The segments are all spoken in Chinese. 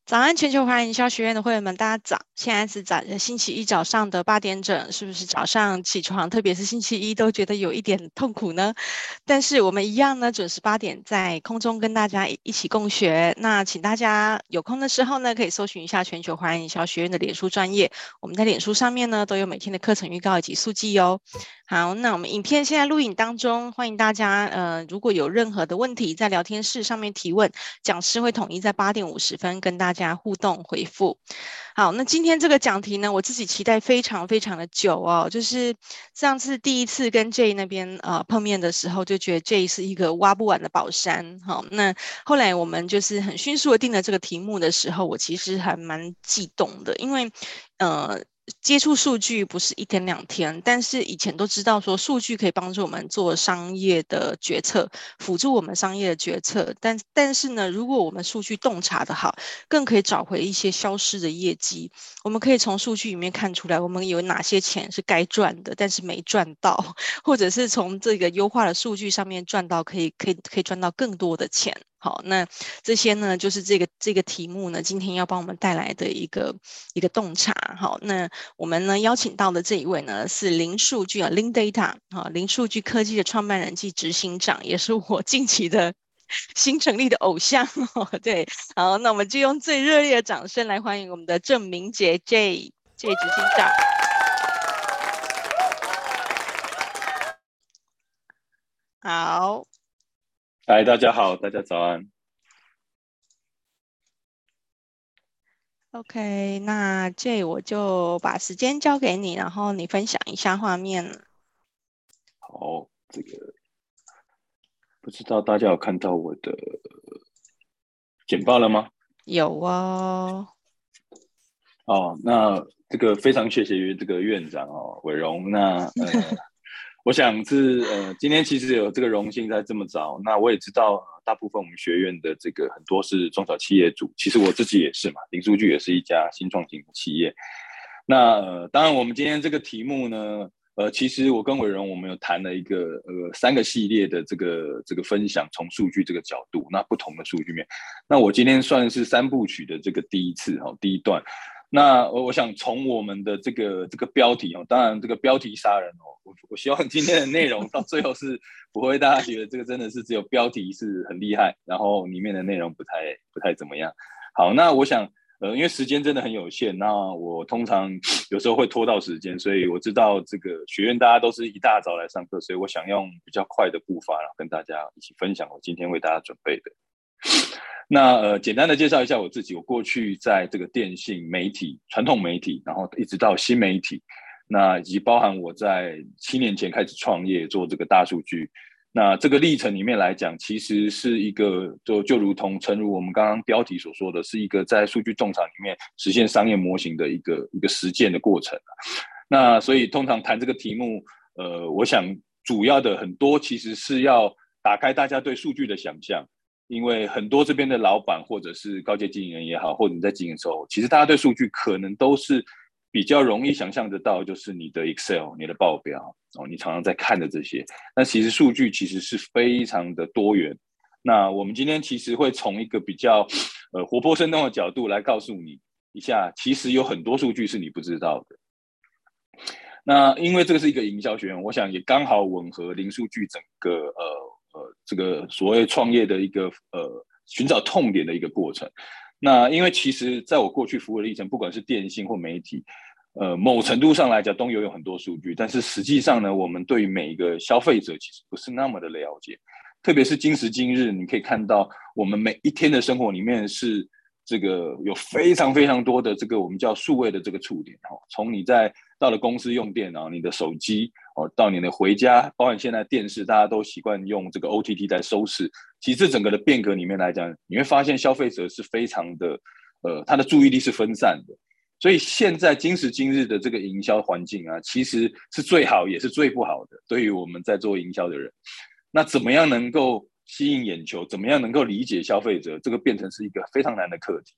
早安，全球华人营销学院的会员们，大家早！现在是星期一早上的8点整，是不是早上起床，特别是星期一，都觉得有一点痛苦呢？但是我们一样呢，准时8点在空中跟大家一起共学。那请大家有空的时候呢，可以搜寻一下全球华人营销学院的脸书专业，我们在脸书上面呢都有每天的课程预告以及速记哦。好，那我们影片现在录影当中，欢迎大家如果有任何的问题，在聊天室上面提问，讲师会统一在8点50分跟大家互动回复。好，那今天这个讲题呢，我自己期待非常非常的久哦，就是上次第一次跟 J 那边碰面的时候，就觉得 J 是一个挖不完的宝山。好，那后来我们就是很迅速的定了这个题目的时候，我其实还蛮激动的，因为呃。接触数据不是一天两天，但是以前都知道说数据可以帮助我们做商业的决策，辅助我们商业的决策。但是呢，如果我们数据洞察的好，更可以找回一些消失的业绩。我们可以从数据里面看出来，我们有哪些钱是该赚的，但是没赚到，或者是从这个优化的数据上面赚到，可以赚到更多的钱。好，那这些呢，就是这个题目呢，今天要帮我们带来的一个洞察。好，那我们呢邀请到的这一位呢是零数据Lin Data 零数据科技的创办人暨执行长，也是我近期的新成立的偶像哦。对，好，那我们就用最热烈的掌声来欢迎我们的郑明杰 J 执行长。好嗨，大家好，大家早安。 ，OK，那 J 我就把时间交给你，然后你分享一下画面。 好，不知道大家有看到我的简报了吗？ 有哦。 哦，那非常谢谢这个院长伟荣。我想今天其实有这个荣幸在这么早。那我也知道，大部分我们学院的很多是中小企业主，其实我自己也是嘛，零数据也是一家新创型的企业。当然我们今天这个题目呢，其实我跟伟荣我们有谈了3个系列的分享，从数据这个角度，那不同的数据面。那我今天算是3部曲的第一次第一段。那我想从我们的这个标题当然这个标题杀人我希望今天的内容到最后是不会大家觉得这个真的是只有标题是很厉害，然后里面的内容不太怎么样。好，那我想因为时间真的很有限，那我通常有时候会拖到时间，所以我知道这个学院大家都是一大早来上课，所以我想用比较快的步伐，然后跟大家一起分享我今天为大家准备的。简单的介绍一下我自己。我过去在这个电信媒体、传统媒体，然後一直到新媒体，那以及包含我在7年前开始创业做这个大数据。那这个历程里面来讲，其实是一个就如同诚如我们刚刚标题所说的，是一个在数据洞察里面实现商业模型的一个实践的过程。那所以通常谈这个题目，我想主要的很多其实是要打开大家对数据的想象。因为很多这边的老板或者是高阶经营人也好，或者你在经营的时候，其实大家对数据可能都是比较容易想象得到，就是你的 Excel、你的报表你常常在看的这些。那其实数据其实是非常的多元。那我们今天其实会从一个比较活泼生动的角度来告诉你一下，其实有很多数据是你不知道的。那因为这个是一个营销学院，我想也刚好吻合零数据整个这个所谓创业的一个寻找痛点的一个过程。那因为其实在我过去服务的历程，不管是电信或媒体，某程度上来讲都有很多数据，但是实际上呢，我们对于每一个消费者其实不是那么的了解。特别是今时今日，你可以看到我们每一天的生活里面是有非常非常多的我们叫数位的触点。从你到了公司用电脑，你的手机到你的回家，包含现在电视，大家都习惯用OTT 在收视。其实这整个的变革里面来讲，你会发现消费者是非常的他的注意力是分散的。所以现在今时今日的这个营销环境啊，其实是最好也是最不好的，对于我们在做营销的人。那怎么样能够吸引眼球，怎么样能够理解消费者，这个变成是一个非常难的课题。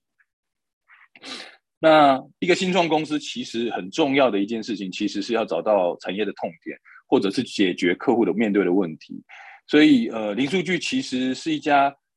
那一个新创公司其实很重要的一件事情，其实是要找到产业的痛点，或者是解决客户的面对的问题。所以零数据其实是一家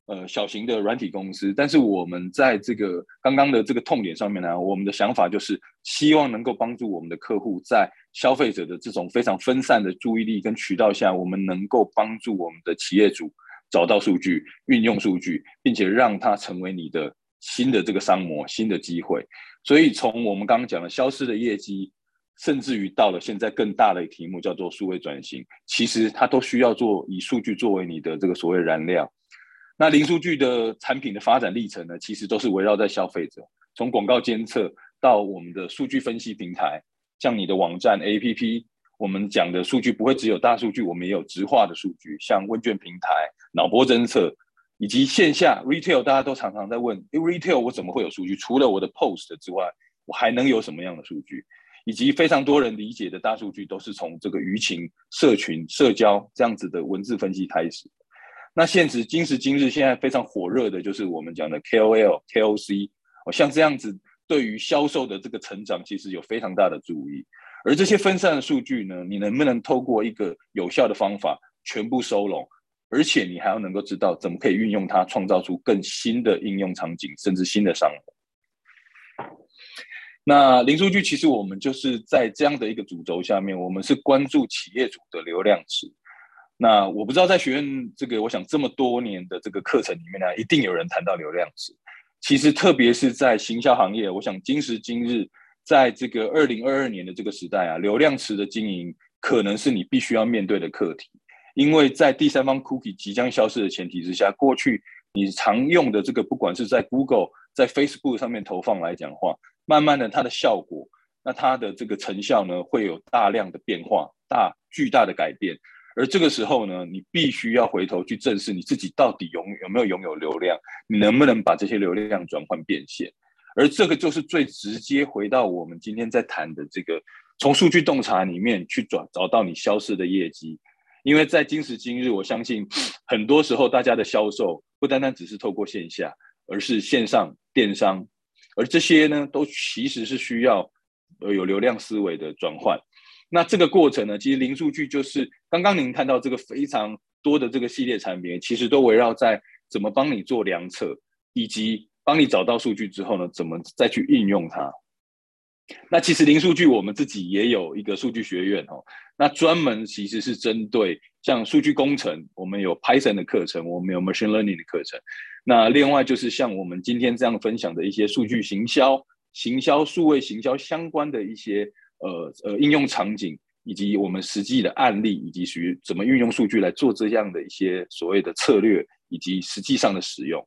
小型的软体公司，但是我们在这个刚刚的这个痛点上面呢，我们的想法就是希望能够帮助我们的客户在消费者的这种非常分散的注意力跟渠道下，我们能够帮助我们的企业主找到数据、运用数据，并且让它成为你的新的这个商模、新的机会。所以从我们刚刚讲的消失的业绩，甚至于到了现在更大的题目叫做数位转型，其实它都需要以数据作为你的这个所谓燃料。那零数据的产品的发展历程呢，其实都是围绕在消费者，从广告监测到我们的数据分析平台，像你的网站 APP， 我们讲的数据不会只有大数据，我们也有直化的数据，像问卷平台、脑波侦测，以及线下 retail， 大家都常常在问，retail 我怎么会有数据？除了我的 post 之外，我还能有什么样的数据？以及非常多人理解的大数据，都是从这个舆情、社群、社交这样子的文字分析开始。那今时今日，现在非常火热的就是我们讲的 KOL、KOC，像这样子对于销售的这个成长，其实有非常大的注意。而这些分散的数据呢，你能不能透过一个有效的方法全部收拢？而且你还要能够知道怎么可以运用它，创造出更新的应用场景，甚至新的商模。那零数据其实我们就是在这样的一个主轴下面，我们是关注企业主的流量池。那我不知道在学院这个，我想这么多年的这个课程里面呢，一定有人谈到流量池。其实特别是在行销行业，我想今时今日，在这个2022年的这个时代啊，流量池的经营可能是你必须要面对的课题。因为在第三方 cookie 即将消失的前提之下，过去你常用的这个，不管是在 Google、在 Facebook 上面投放来讲话，慢慢的它的效果，那它的这个成效呢，会有大量的变化，巨大的改变。而这个时候呢，你必须要回头去正视你自己到底有没有拥有流量，你能不能把这些流量转换变现。而这个就是最直接回到我们今天在谈的这个，从数据洞察里面去找到你消失的业绩。因为在今时今日，我相信很多时候大家的销售不单单只是透过线下，而是线上电商，而这些呢，都其实是需要有流量思维的转换。那这个过程呢，其实零数据就是刚刚您看到这个非常多的这个系列产品，其实都围绕在怎么帮你做量测，以及帮你找到数据之后呢，怎么再去应用它。那其实零数据我们自己也有一个数据学院哦，那专门其实是针对像数据工程，我们有 Python 的课程，我们有 Machine Learning 的课程。那另外就是像我们今天这样分享的一些数据行销、数位行销相关的一些应用场景，以及我们实际的案例，以及属于怎么运用数据来做这样的一些所谓的策略，以及实际上的使用。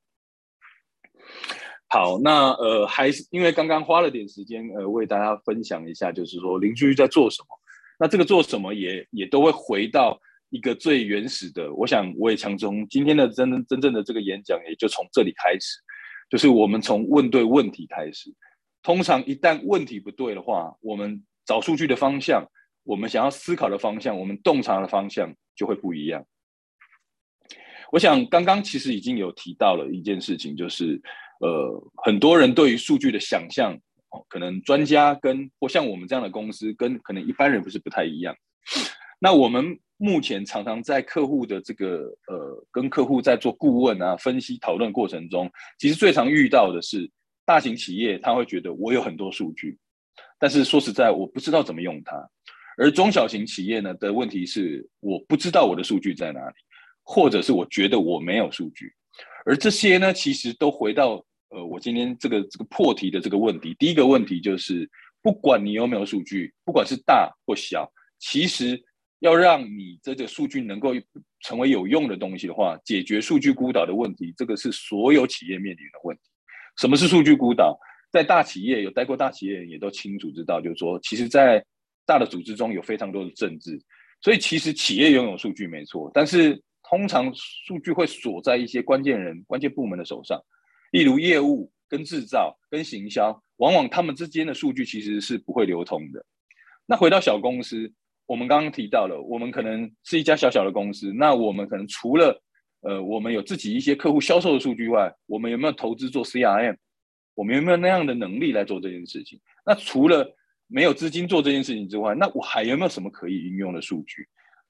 好，那还是因为刚刚花了点时间为大家分享一下，就是说零数据在做什么。那这个做什么也都会回到一个最原始的，我想我也想从今天的真正的这个演讲，也就从这里开始，就是我们从问对问题开始。通常一旦问题不对的话，我们找数据的方向，我们想要思考的方向，我们洞察的方向就会不一样。我想刚刚其实已经有提到了一件事情，就是很多人对于数据的想象，可能专家或像我们这样的公司跟可能一般人不太一样。那我们目前常常在客户的这个跟客户在做顾问啊、分析讨论过程中，其实最常遇到的是大型企业他会觉得我有很多数据，但是说实在我不知道怎么用它。而中小型企业呢的问题是我不知道我的数据在哪里，或者是我觉得我没有数据。而这些呢，其实都回到我今天这个破题的这个问题。第一个问题就是，不管你有没有数据，不管是大或小，其实要让你这个数据能够成为有用的东西的话，解决数据孤岛的问题，这个是所有企业面临的问题。什么是数据孤岛？在大企业有待过大企业人也都清楚知道，就是说，其实在大的组织中有非常多的政治，所以其实企业拥有数据没错，但是通常数据会锁在一些关键人、关键部门的手上，例如业务跟制造跟行销，往往他们之间的数据其实是不会流通的。那回到小公司，我们刚刚提到了，我们可能是一家小小的公司，那我们可能除了我们有自己一些客户销售的数据外，我们有没有投资做 CRM？我们有没有那样的能力来做这件事情？那除了没有资金做这件事情之外，那我还有没有什么可以应用的数据？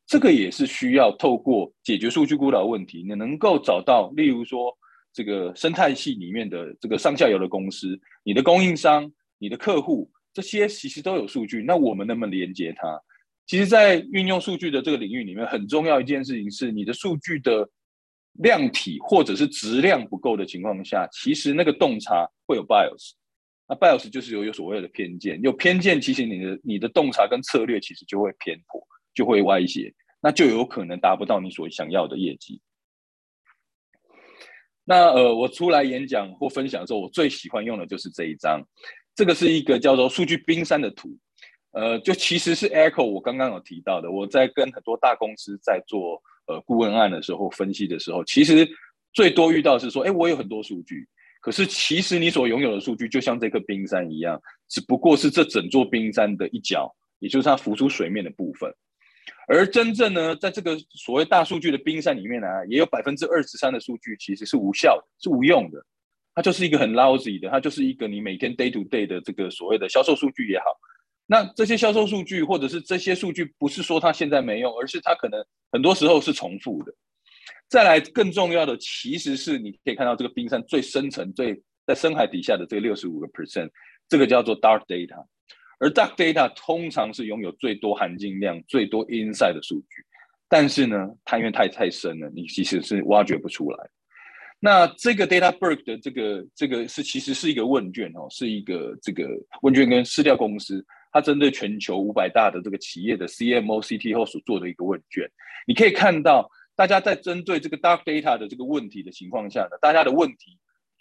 这个也是需要透过解决数据孤岛问题，你能够找到，例如说这个生态系里面的这个上下游的公司，你的供应商、你的客户，这些其实都有数据，那我们能不能连接它？其实，在运用数据的这个领域里面，很重要一件事情是，你的数据的量体或者是质量不够的情况下，其实那个洞察会有 bias。那 bias 就是有所谓的偏见，有偏见，其实你的洞察跟策略其实就会偏颇，就会歪斜，那就有可能达不到你所想要的业绩。那我出来演讲或分享的时候，我最喜欢用的就是这一张，这个是一个叫做数据冰山的图，就其实是 echo 我刚刚有提到的，我在跟很多大公司在做顾问案的时候分析的时候，其实最多遇到是说，我有很多数据，可是其实你所拥有的数据就像这颗冰山一样，只不过是这整座冰山的一角，也就是它浮出水面的部分。而真正呢，在这个所谓大数据的冰山里面呢，也有23%的数据其实是无效的，是无用的。它就是一个很 lousy 的，它就是一个你每天 day to day 的这个所谓的销售数据也好。那这些销售数据或者是这些数据，不是说它现在没用，而是它可能很多时候是重复的。再来更重要的，其实是你可以看到这个冰山最深层、最在深海底下的这个65%，这个叫做 dark data。而 dark data 通常是拥有最多含金量、最多 insight 的数据，但是呢，它因为太深了，你其实是挖掘不出来。那这个 DataBerg 的这个其实是一个问卷哦，是一个这个问卷跟市调公司，它针对全球500大的这个企业的 CMO、CTO 所做的一个问卷。你可以看到，大家在针对这个 dark data 的这个问题的情况下呢，大家的问题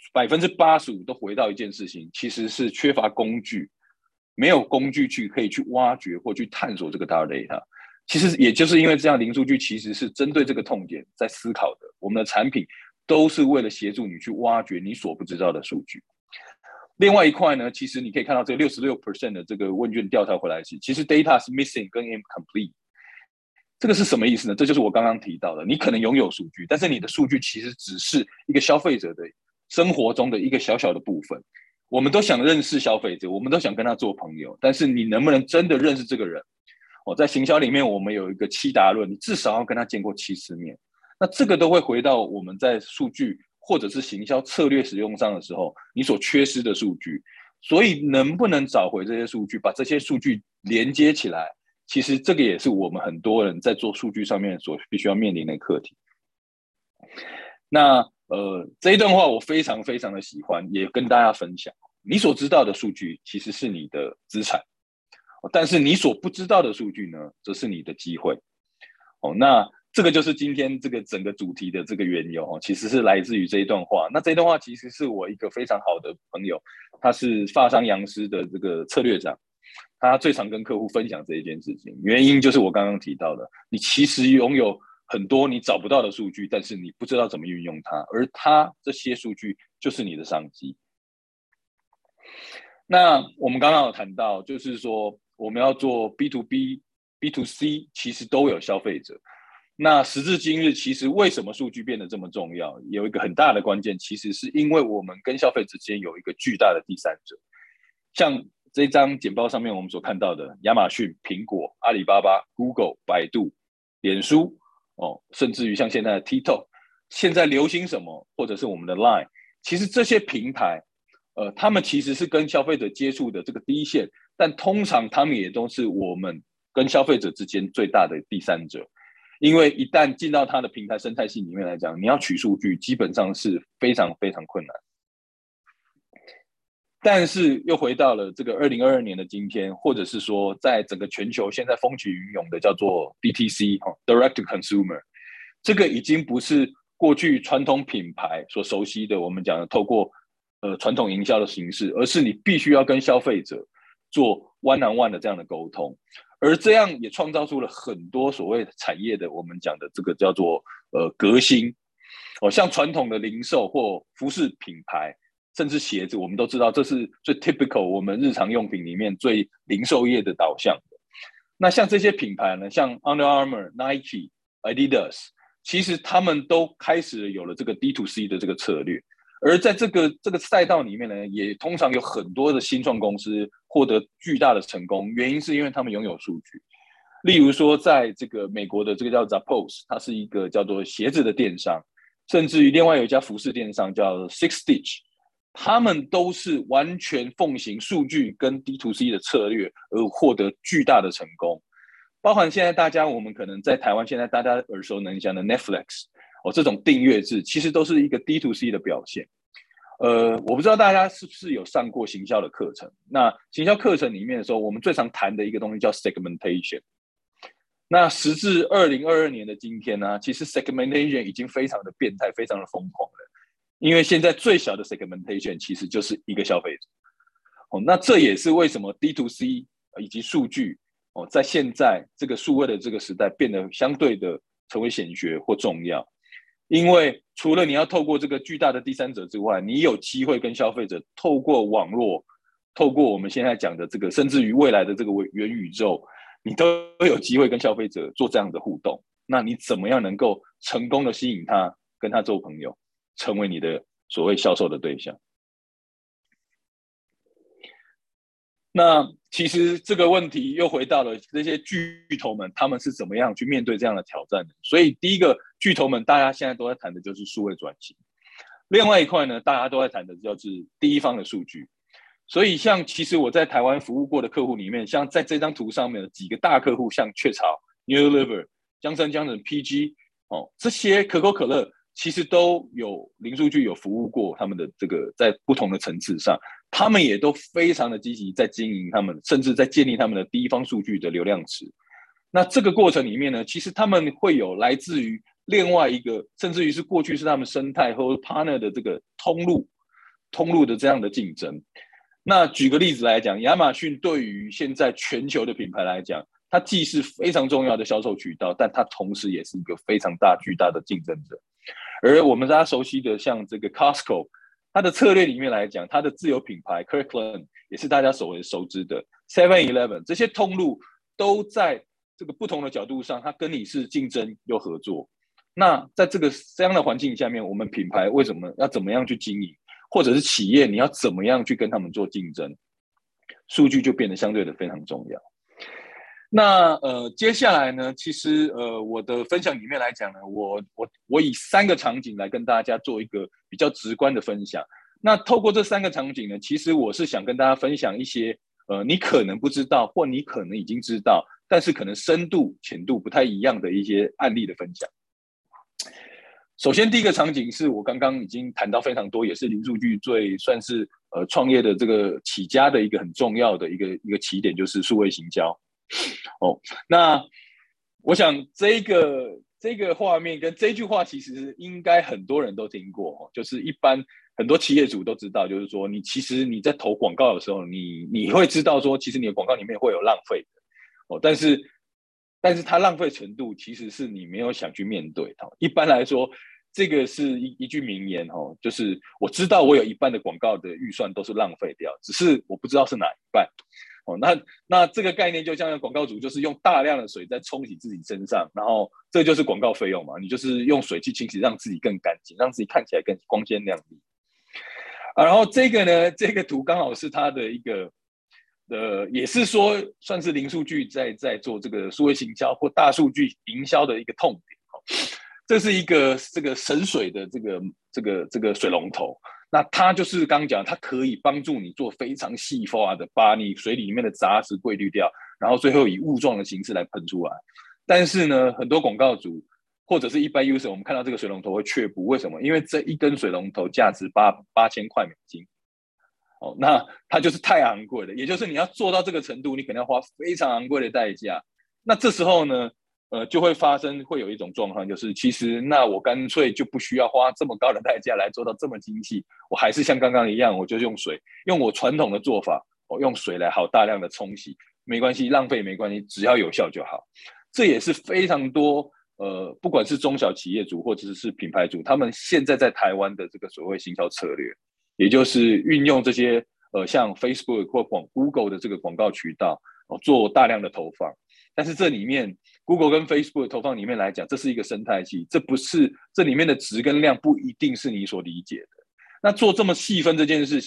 85%都回到一件事情，其实是缺乏工具。没有工具可以去挖掘或去探索这个 dark data， 其实也就是因为这样，零数据其实是针对这个痛点在思考的。我们的产品都是为了协助你去挖掘你所不知道的数据。另外一块呢，其实你可以看到这个66% 的这个问卷调查回来是，其实 data 是 missing 跟 incomplete。这个是什么意思呢？这就是我刚刚提到的，你可能拥有数据，但是你的数据其实只是一个消费者的生活中的一个小小的部分。我们都想认识消费者，我们都想跟他做朋友，但是你能不能真的认识这个人？在行销里面，我们有一个7达论，你至少要跟他见过7次面。那这个都会回到我们在数据或者是行销策略使用上的时候，你所缺失的数据。所以能不能找回这些数据，把这些数据连接起来，其实这个也是我们很多人在做数据上面所必须要面临的课题。那这一段话我非常非常的喜欢，也跟大家分享。你所知道的数据其实是你的资产，但是你所不知道的数据呢，则是你的机会。那这个就是今天这个整个主题的这个缘由，其实是来自于这一段话。那这一段话其实是我一个非常好的朋友，他是发商杨师的这个策略长，他最常跟客户分享这一件事情，原因就是我刚刚提到的，你其实拥有很多你找不到的数据，但是你不知道怎么运用它，而这些数据就是你的商机。那我们刚刚有谈到，就是说我们要做 B to B、B to C， 其实都有消费者。那时至今日，其实为什么数据变得这么重要？有一个很大的关键，其实是因为我们跟消费者之间有一个巨大的第三者。像这张简报上面我们所看到的，亚马逊、苹果、阿里巴巴、Google、百度、脸书，甚至于像现在的 TikTok， 现在流行什么，或者是我们的 Line， 其实这些平台，他们其实是跟消费者接触的这个第一线，但通常他们也都是我们跟消费者之间最大的第三者。因为一旦进到它的平台生态系里面来讲，你要取数据基本上是非常非常困难。但是又回到了这个2022年的今天，或者是说在整个全球现在风起云涌的叫做 DTC、Direct to Consumer， 这个已经不是过去传统品牌所熟悉的我们讲的透过传统营销的形式，而是你必须要跟消费者做 one-on-one 的这样的沟通。而这样也创造出了很多所谓产业的我们讲的这个叫做革新。像传统的零售或服饰品牌，甚至鞋子，我们都知道这是最 typical 我们日常用品里面最零售业的导向的。那像这些品牌呢，像 Under Armour、Nike、Adidas， 其实他们都开始有了这个 D2C 的这个策略。而在这个赛道里面呢，也通常有很多的新创公司获得巨大的成功，原因是因为他们拥有数据。 例如说，在这个美国的这个叫 Zappos， 它是一个叫做鞋子的电商，甚至于另外有一家服饰电商叫 Six Stitch， 他们都是完全奉行数据跟 D2C 的策略而获得巨大的成功。包含现在我们可能在台湾现在大家耳熟能详的 Netflix 这种订阅制，其实都是一个 D2C 的表现。我不知道大家是不是有上过行销的课程。那行销课程里面的时候，我们最常谈的一个东西叫 segmentation。那时至2022年的今天呢，其实 segmentation 已经非常的变态，非常的疯狂了。因为现在最小的 segmentation 其实就是一个消费者。那这也是为什么 D2C 以及数据在现在这个数位的这个时代变得相对的成为显学或重要。因为除了你要透过这个巨大的第三者之外，你有机会跟消费者透过网络，透过我们现在讲的这个，甚至于未来的这个元宇宙，你都有机会跟消费者做这样的互动。那你怎么样能够成功的吸引他，跟他做朋友，成为你的所谓销售的对象？那其实这个问题又回到了这些巨头们，他们是怎么样去面对这样的挑战的？所以第一个，巨头们大家现在都在谈的就是数位转型。另外一块呢，大家都在谈的就是第一方的数据。所以像其实我在台湾服务过的客户里面，像在这张图上面的几个大客户，像雀巢、Unilever、江山江人、PG 这些可口可乐其实都有零数据有服务过他们的这个在不同的层次上，他们也都非常的积极在经营他们，甚至在建立他们的第一方数据的流量池。那这个过程里面呢，其实他们会有来自于另外一个，甚至于是过去是他们生态或 partner 的这个通路的这样的竞争。那举个例子来讲，亚马逊对于现在全球的品牌来讲，它既是非常重要的销售渠道，但它同时也是一个非常巨大的竞争者。而我们大家熟悉的像这个 Costco， 它的策略里面来讲，它的自有品牌 Kirkland 也是大家所熟知的 7-Eleven， 这些通路都在这个不同的角度上，它跟你是竞争又合作。那在这样的环境下面，我们品牌为什么要怎么样去经营？或者是企业你要怎么样去跟他们做竞争，数据就变得相对的非常重要。那接下来呢，其实我的分享里面来讲呢，我以3个场景来跟大家做一个比较直观的分享。那透过这3个场景呢，其实我是想跟大家分享一些你可能不知道，或你可能已经知道，但是可能深度浅度不太一样的一些案例的分享。首先，第一个场景是我刚刚已经谈到非常多，也是零数据最算是创业的这个起家的一个很重要的一个起点，就是数位行销。那我想这个画面跟这句话，其实应该很多人都听过，就是一般很多企业主都知道，就是说其实你在投广告的时候，你会知道说，其实你的广告里面会有浪费的但是它浪费程度其实是你没有想去面对的。一般来说，这个是一句名言，就是我知道我有一半的广告的预算都是浪费掉，只是我不知道是哪一半。那这个概念就像广告主就是用大量的水在冲洗自己身上，然后这就是广告费用嘛，你就是用水去清洗，让自己更干净，让自己看起来更光鲜亮丽。然后这个呢，这个图刚好是它的一个也是说算是零数据在做这个数位行销或大数据营销的一个痛点。这是一个这个省水的这个水龙头，那它就是刚讲，它可以帮助你做非常细化的，把你水里面的杂质过滤掉，然后最后以雾状的形式来喷出来。但是呢，很多广告主或者是一般 user， 我们看到这个水龙头会却步，为什么？因为这一根水龙头价值8000块美金。那它就是太昂贵了，也就是你要做到这个程度，你可能要花非常昂贵的代价。那这时候呢，就会有一种状况，就是其实那我干脆就不需要花这么高的代价来做到这么精细，我还是像刚刚一样，我就用水，用我传统的做法，用水来好大量的冲洗，没关系，浪费没关系，只要有效就好。这也是非常多不管是中小企业主或者是品牌主，他们现在在台湾的这个所谓行销策略。也就是运用这些像 Facebook 或Google 的这个广告渠道做大量的投放，但是这里面 Google 跟 Facebook 的投放里面来讲，这是一个生态系，这里面的值跟量不一定是你所理解的。那做这么细分这件事情，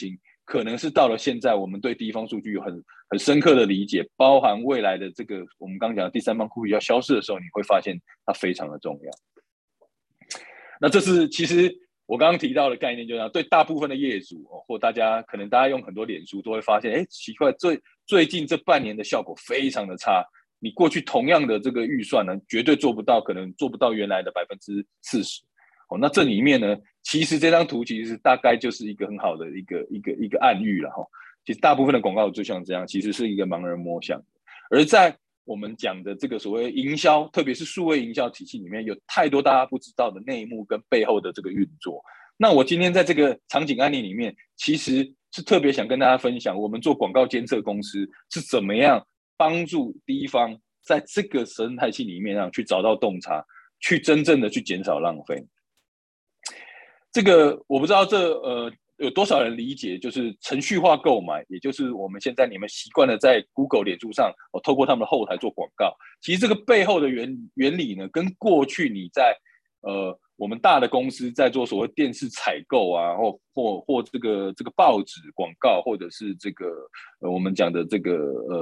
可能是到了现在，我们对地方数据有很深刻的理解，包含未来的这个我们刚讲的第三方库要消失的时候，你会发现它非常的重要。那这是其实我刚刚提到的概念，就是对大部分的业主或大家可能大家用很多脸书都会发现，奇怪，最近这半年的效果非常的差。你过去同样的这个预算呢，绝对做不到，可能做不到原来的40%。那这里面呢，其实这张图其实大概就是一个很好的一个暗喻了哈。其实大部分的广告就像这样，其实是一个盲人摸象。而在我们讲的这个所谓营销，特别是数位营销体系里面，有太多大家不知道的内幕跟背后的这个运作。那我今天在这个场景案例里面，其实是特别想跟大家分享，我们做广告监测公司是怎么样帮助地方在这个生态系里面去找到洞察，去真正的去减少浪费。这个我不知道有多少人理解，就是程序化购买，也就是我们现在你们习惯了在 Google 脸书上透过他们的后台做广告。其实这个背后的原理呢，跟过去你在我们大的公司在做所谓电视采购啊，或这个报纸广告，或者是这个我们讲的这个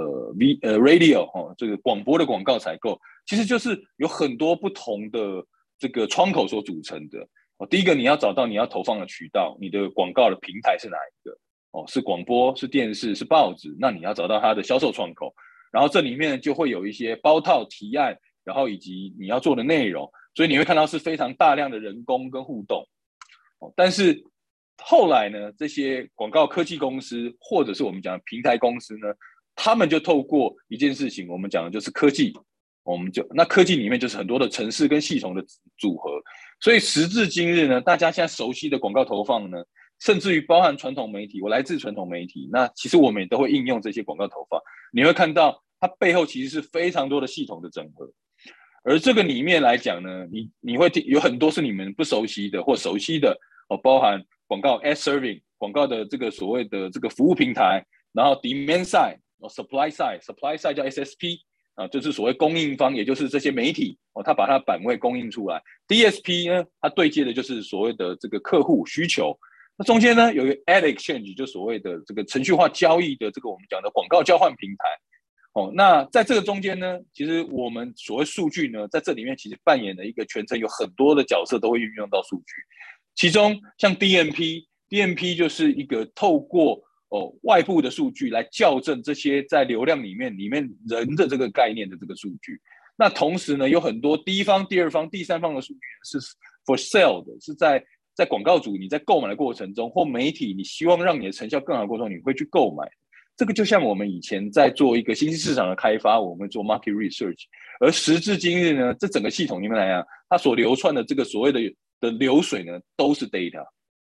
radio 这个广播的广告采购，其实就是有很多不同的这个窗口所组成的。第一个，你要找到你要投放的渠道，你的广告的平台是哪一个？是广播、是电视、是报纸，那你要找到它的销售窗口。然后这里面就会有一些包套提案，然后以及你要做的内容，所以你会看到是非常大量的人工跟互动。但是后来呢，这些广告科技公司或者是我们讲的平台公司呢，他们就透过一件事情，我们讲的就是科技。那科技里面就是很多的程式跟系统的组合，所以时至今日呢，大家现在熟悉的广告投放呢，甚至于包含传统媒体，我来自传统媒体，那其实我们也都会应用这些广告投放。你会看到它背后其实是非常多的系统的整合，而这个里面来讲呢，你会有很多是你们不熟悉的或熟悉的包含广告 ad serving 广告的这个所谓的这个服务平台，然后 demand side、supply side 叫 SSP。就是所谓供应方，也就是这些媒体他把它版位供应出来。DSP 呢，它对接的就是所谓的这个客户需求。那中间呢，有一个 ad exchange， 就所谓的这个程序化交易的这个我们讲的广告交换平台。那在这个中间呢，其实我们所谓数据呢，在这里面其实扮演了一个全程有很多的角色都会运用到数据。其中像 DMP 就是一个透过外部的数据来校正这些在流量里面人的这个概念的这个数据。那同时呢，有很多第一方、第二方、第三方的数据是 for sale 的，是在广告主你在购买的过程中，或媒体你希望让你的成效更好的过程中，你会去购买。这个就像我们以前在做一个新兴市场的开发，我们做 market research， 而时至今日呢，这整个系统里面来讲，它所流窜的这个所谓的流水呢，都是 data。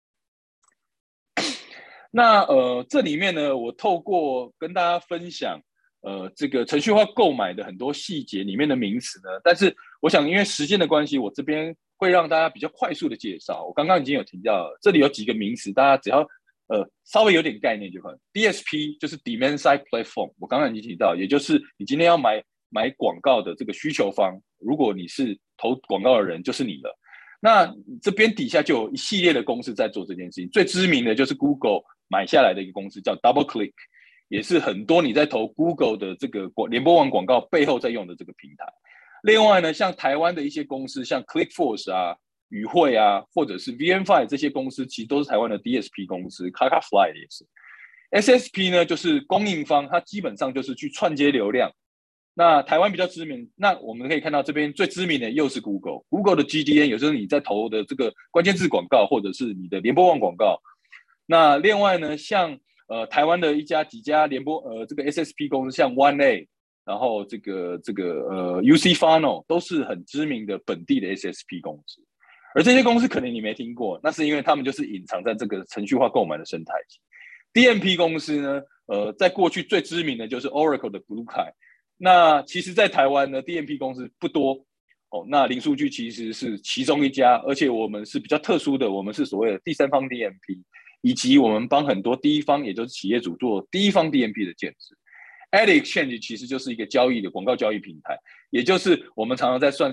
那这里面呢，我透过跟大家分享这个程序化购买的很多细节里面的名词呢，但是我想因为时间的关系，我这边会让大家比较快速的介绍。我刚刚已经有提到了，这里有几个名词，大家只要稍微有点概念就好。DSP 就是 Demand Side Platform， 我刚刚已经提到，也就是你今天要买广告的这个需求方，如果你是投广告的人，就是你了。那这边底下就有一系列的公司在做这件事情，最知名的就是 Google 买下来的一个公司叫 DoubleClick， 也是很多你在投 Google 的这个联播网广告背后在用的这个平台。另外呢，像台湾的一些公司，像 ClickForce 啊、宇慧啊，或者是 VN5 这些公司，其实都是台湾的 DSP 公司 ，KakaFly 也是。SSP 呢，就是供应方，它基本上就是去串接流量。那台湾比较知名，那我们可以看到这边最知名的又是 Google 的 GDN， 有时候你在投的这个关键字广告，或者是你的联播网广告。那另外呢，像台湾的几家联播这个 SSP 公司，像 OneA， 然后这个UC Funnel 都是很知名的本地的 SSP 公司。而这些公司可能你没听过，那是因为他们就是隐藏在这个程序化购买的生态系。DMP 公司呢，在过去最知名的就是 Oracle 的 BlueKai。那其实，在台湾呢 ，DMP 公司不多那零数据其实是其中一家，而且我们是比较特殊的，我们是所谓的第三方 DMP， 以及我们帮很多第一方，也就是企业主做第一方 DMP 的建制。Ad Exchange 其实就是一个广告交易平台，也就是我们常常在算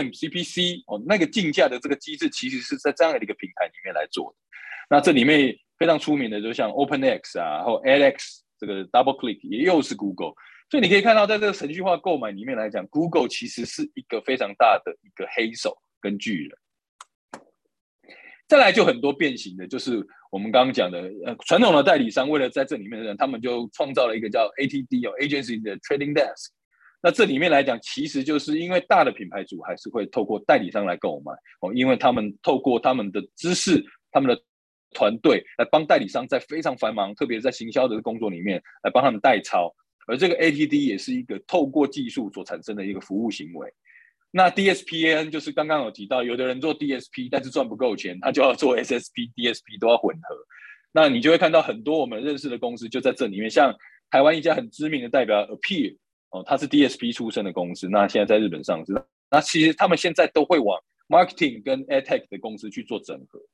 CPM、CPC 那个竞价的这个机制，其实是在这样的一个平台里面来做的。那这里面非常出名的，就像 OpenX 啊，然后 edX 这个 DoubleClick 也又是 Google， 所以你可以看到，在这个程序化购买里面来讲 ，Google 其实是一个非常大的一个黑手跟巨人。再来就很多变形的，就是我们刚刚讲的，传统的代理商为了在这里面的人，他们就创造了一个叫 ATD Agency 的 Trading Desk。那这里面来讲，其实就是因为大的品牌主还是会透过代理商来购买因为他们透过他们的知识、他们的团队来帮代理商在非常繁忙，特别是在行销的工作里面来帮他们代操。而这个 ATD 也是一个透过技术所产生的一个服务行为。那 DSPN 就是刚刚有提到，有的人做 DSP 但是赚不够钱，他就要做 SSP、DSP 都要混合。那你就会看到很多我们认识的公司就在这里面，像台湾一家很知名的代表 Appear，它是 DSP 出身的公司，那现在在日本上市。那其实他们现在都会往 marketing 跟 AdTech 的公司去做整合。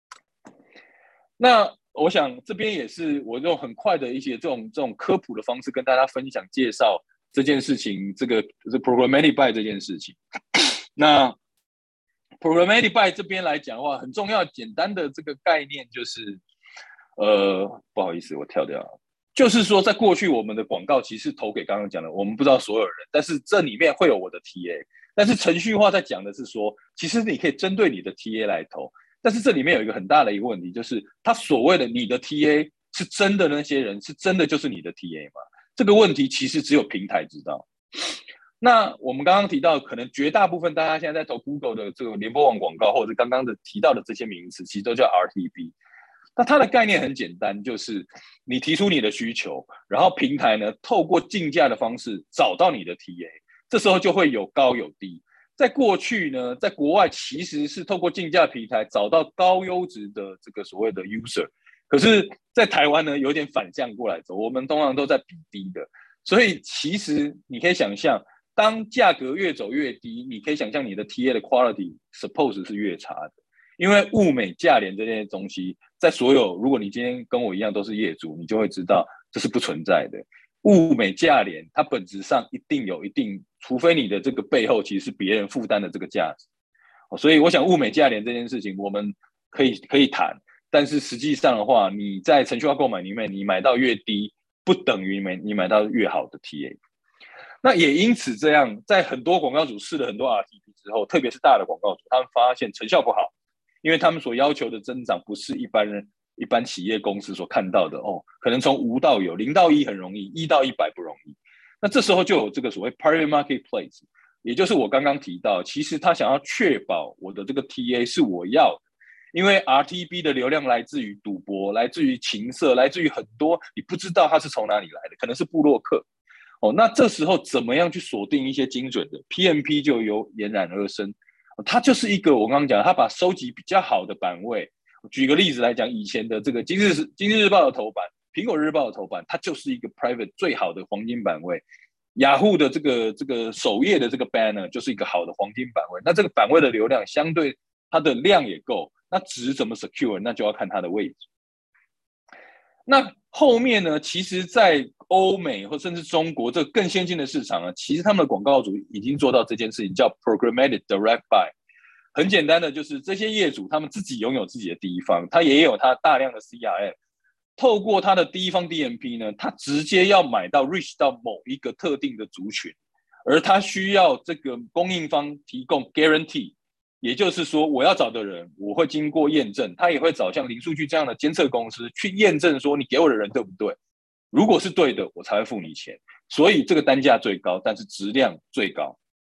那我想这边也是我用很快的一些这种科普的方式跟大家分享介绍这件事情，这个 programmatic buy 这件事情。那 programmatic buy 这边来讲的话，很重要简单的这个概念就是，不好意思，我跳掉了。就是说，在过去我们的广告其实投给刚刚讲的，我们不知道所有人，但是这里面会有我的 TA。但是程序化在讲的是说，其实你可以针对你的 TA 来投，但是这里面有一个很大的一个问题，就是他所谓的你的 TA 是真的那些人是真的就是你的 TA 吗？这个问题其实只有平台知道。那我们刚刚提到，可能绝大部分大家现在在投 Google 的这个联播网广告，或者是刚刚的提到的这些名词，其实都叫 RTB。那它的概念很简单，就是你提出你的需求，然后平台呢透过竞价的方式找到你的 TA， 这时候就会有高有低。在过去呢，在国外其实是透过竞价平台找到高优质的这个所谓的 user， 可是在台湾呢有点反向过来走，我们通常都在比低的，所以其实你可以想象，当价格越走越低，你可以想象你的 TA 的 quality suppose 是越差的。因为物美价廉这些东西，在所有如果你今天跟我一样都是业主，你就会知道这是不存在的。物美价廉，它本质上一定，除非你的这个背后其实是别人负担的这个价值。所以我想物美价廉这件事情，我们可以谈，但是实际上的话，你在程序化购买里面，你买到越低，不等于你买到越好的 TA。那也因此这样，在很多广告主试了很多 RTP 之后，特别是大的广告主，他们发现成效不好。因为他们所要求的增长不是一般企业公司所看到的可能从无到有，0到1很容易，1到100不容易。那这时候就有这个所谓 private marketplace， 也就是我刚刚提到，其实他想要确保我的这个 TA 是我要的，因为 RTB 的流量来自于赌博，来自于情色，来自于很多你不知道它是从哪里来的，可能是部落客那这时候怎么样去锁定一些精准的 PMP 就油然而生。它就是一个我刚刚讲，它把收集比较好的版位，举个例子来讲，以前的这个今日日报的头版，苹果日报的头版，它就是一个 private 最好的黄金版位。雅虎的这个首页的这个 banner 就是一个好的黄金版位。那这个版位的流量相对它的量也够，那值怎么 secure， 那就要看它的位置。那后面呢，其实在欧美或甚至中国这个更先进的市场其实他们的广告主已经做到这件事情，叫 programmatic direct buy。很简单的就是这些业主他们自己拥有自己的第一方，他也有他大量的 CRM， 透过他的第一方 DMP 呢，他直接要买到 reach 到某一个特定的族群，而他需要这个供应方提供 guarantee， 也就是说我要找的人我会经过验证，他也会找像零数据这样的监测公司去验证说你给我的人对不对，如果是对的我才会付你钱，所以这个单价最高，但是质量最高。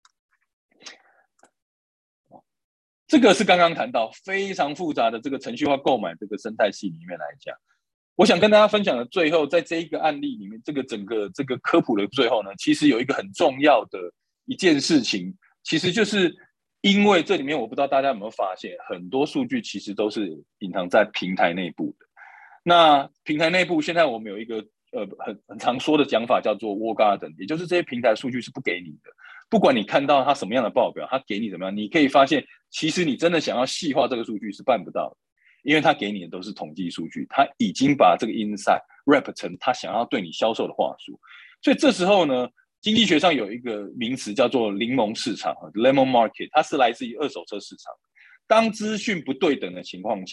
这个是刚刚谈到非常复杂的这个程序化购买这个生态系里面来讲，我想跟大家分享的最后，在这一个案例里面，这个整个这个科普的最后呢，其实有一个很重要的一件事情，其实就是因为这里面我不知道大家有没有发现，很多数据其实都是隐藏在平台内部的。那平台内部现在我们有一个很常说的讲法叫做 Wall Garden， 也就是这些平台数据是不给你的，不管你看到它什么样的报表，它给你怎么样，你可以发现其实你真的想要细化这个数据是办不到的，因为它给你的都是统计数据，它已经把这个 insight wrap 成它想要对你销售的话术。所以这时候呢，经济学上有一个名词叫做柠檬市场 lemon market， 它是来自于二手车市场。当资讯不对等的情况下，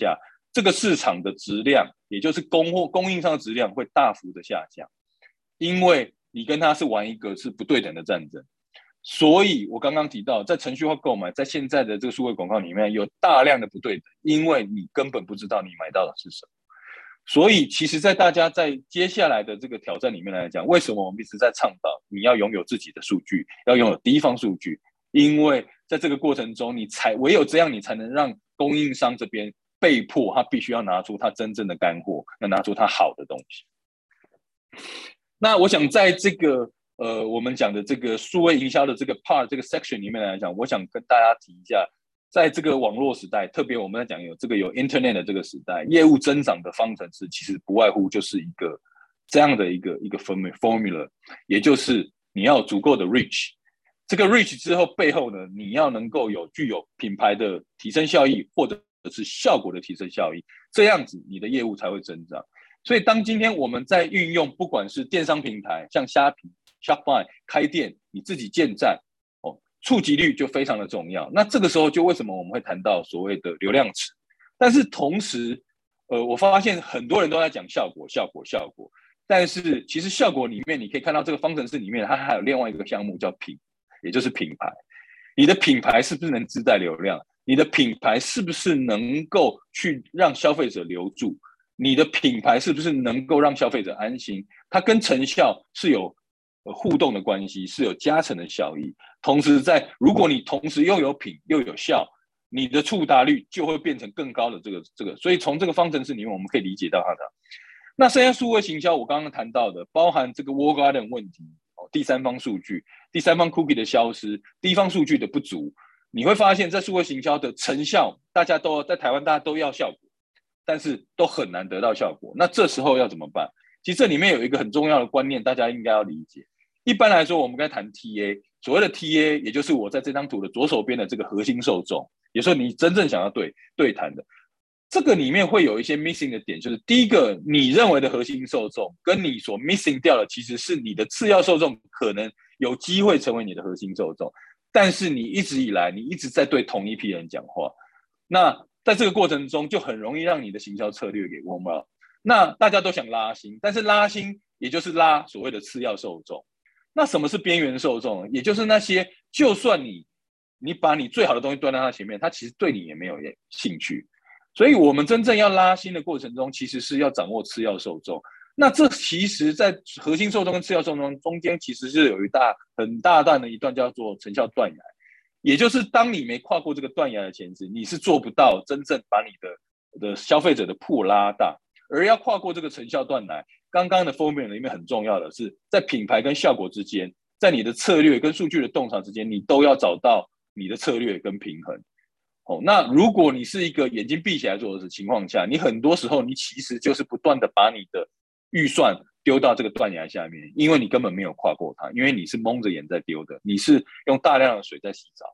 这个市场的质量，也就是供应商的质量会大幅的下降，因为你跟他是玩一个是不对等的战争。所以我刚刚提到，在程序化购买，在现在的这个数位广告里面有大量的不对等，因为你根本不知道你买到的是什么。所以其实在大家在接下来的这个挑战里面来讲，为什么我们一直在倡导你要拥有自己的数据，要拥有第一方数据？因为在这个过程中，唯有这样，你才能让供应商这边被迫他必须要拿出他真正的干货，要拿出他好的东西。那我想在这个我们讲的这个数位营销的这个 part 这个 section 里面来讲，我想跟大家提一下，在这个网络时代，特别我们在讲有 Internet 的这个时代，业务增长的方程式其实不外乎就是一个这样的一个 formula， 也就是你要有足够的 reach， 这个 reach 之后背后呢，你要能够具有品牌的提升效益，或者是效果的提升效益，这样子你的业务才会增长。所以当今天我们在运用不管是电商平台，像虾皮、Shopify 开店，你自己建站，触及率就非常的重要。那这个时候就为什么我们会谈到所谓的流量池？但是同时，我发现很多人都在讲效果，但是其实效果里面你可以看到这个方程式里面，它还有另外一个项目叫品，也就是品牌。你的品牌是不是能自带流量？你的品牌是不是能够去让消费者留住？你的品牌是不是能够让消费者安心？它跟成效是有互动的关系，是有加成的效益。同时如果你同时又有品又有效，你的触达率就会变成更高的这个。所以从这个方程式里面，我们可以理解到它的。那剩下数位行销，我刚刚谈到的，包含这个 walled garden 问题，第三方数据、第三方 cookie 的消失、第一方数据的不足，你会发现在数位行销的成效，大家都在台湾，大家都要效果。但是都很难得到效果，那这时候要怎么办？其实这里面有一个很重要的观念，大家应该要理解。一般来说，我们该谈 TA， 所谓的 TA， 也就是我在这张图的左手边的这个核心受众，也就是你真正想要对谈的。这个里面会有一些 missing 的点，就是第一个，你认为的核心受众，跟你所 missing 掉的，其实是你的次要受众，可能有机会成为你的核心受众，但是你一直以来，你一直在对同一批人讲话，那在这个过程中，就很容易让你的行销策略给忘了。那大家都想拉新，但是拉新也就是拉所谓的次要受众。那什么是边缘受众？也就是那些就算你把你最好的东西端到他前面，他其实对你也没有兴趣。所以我们真正要拉新的过程中，其实是要掌握次要受众。那这其实在核心受众跟次要受众中间，其实是有很大段的一段叫做成效断崖。也就是当你没跨过这个断崖的前提，你是做不到真正把你的消费者的铺拉大。而要跨过这个成效断崖，刚刚的 formula 里面很重要的是，在品牌跟效果之间，在你的策略跟数据的洞察之间，你都要找到你的策略跟平衡。那如果你是一个眼睛闭起来做的情况下，你很多时候你其实就是不断的把你的预算丢到这个断崖下面，因为你根本没有跨过它，因为你是蒙着眼在丢的，你是用大量的水在洗澡。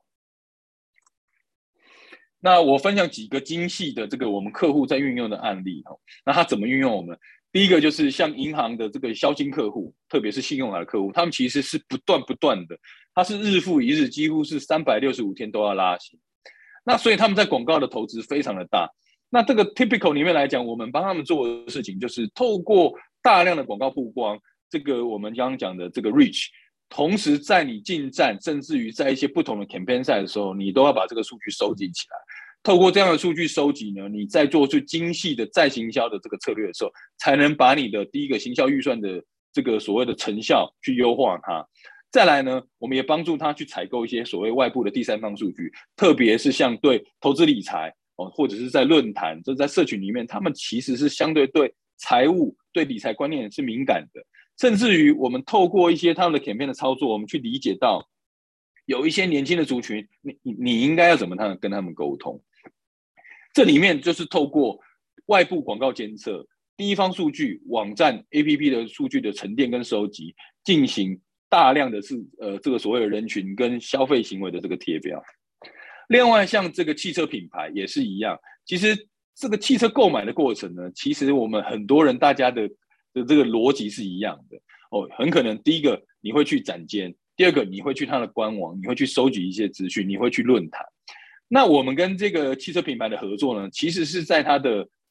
那我分享几个精细的这个我们客户在运用的案例，那他怎么运用我们？第一个就是像银行的这个销金客户，特别是信用卡的客户，他们其实是不断的，他是日复一日，几乎是365天都要拉新。那所以他们在广告的投资非常的大。那这个 typical 里面来讲，我们帮他们做的事情就是透过大量的广告曝光，这个我们刚刚讲的这个 reach， 同时在你进站，甚至于在一些不同的 campaign 赛的时候，你都要把这个数据收集起来。透过这样的数据收集呢，你在做出精细的再行销的这个策略的时候，才能把你的第一个行销预算的这个所谓的成效去优化它。再来呢，我们也帮助他去采购一些所谓外部的第三方数据，特别是像对投资理财或者是在论坛，就在社群里面，他们其实是相对对财务、对理财观念是敏感的，甚至于我们透过一些他们的 campaign 的操作，我们去理解到有一些年轻的族群，你应该要怎么跟他们沟通。这里面就是透过外部广告监测、第一方数据、网站 APP 的数据的沉淀跟收集，进行大量的这个所谓的人群跟消费行为的这个贴标。另外像这个汽车品牌也是一样，其实这个汽车购买的过程呢，其实我们很多人大家的这个逻辑是一样的很可能第一个你会去展间，第二个你会去它的官网，你会去收集一些资讯，你会去论坛。那我们跟这个汽车品牌的合作呢，其实是在它的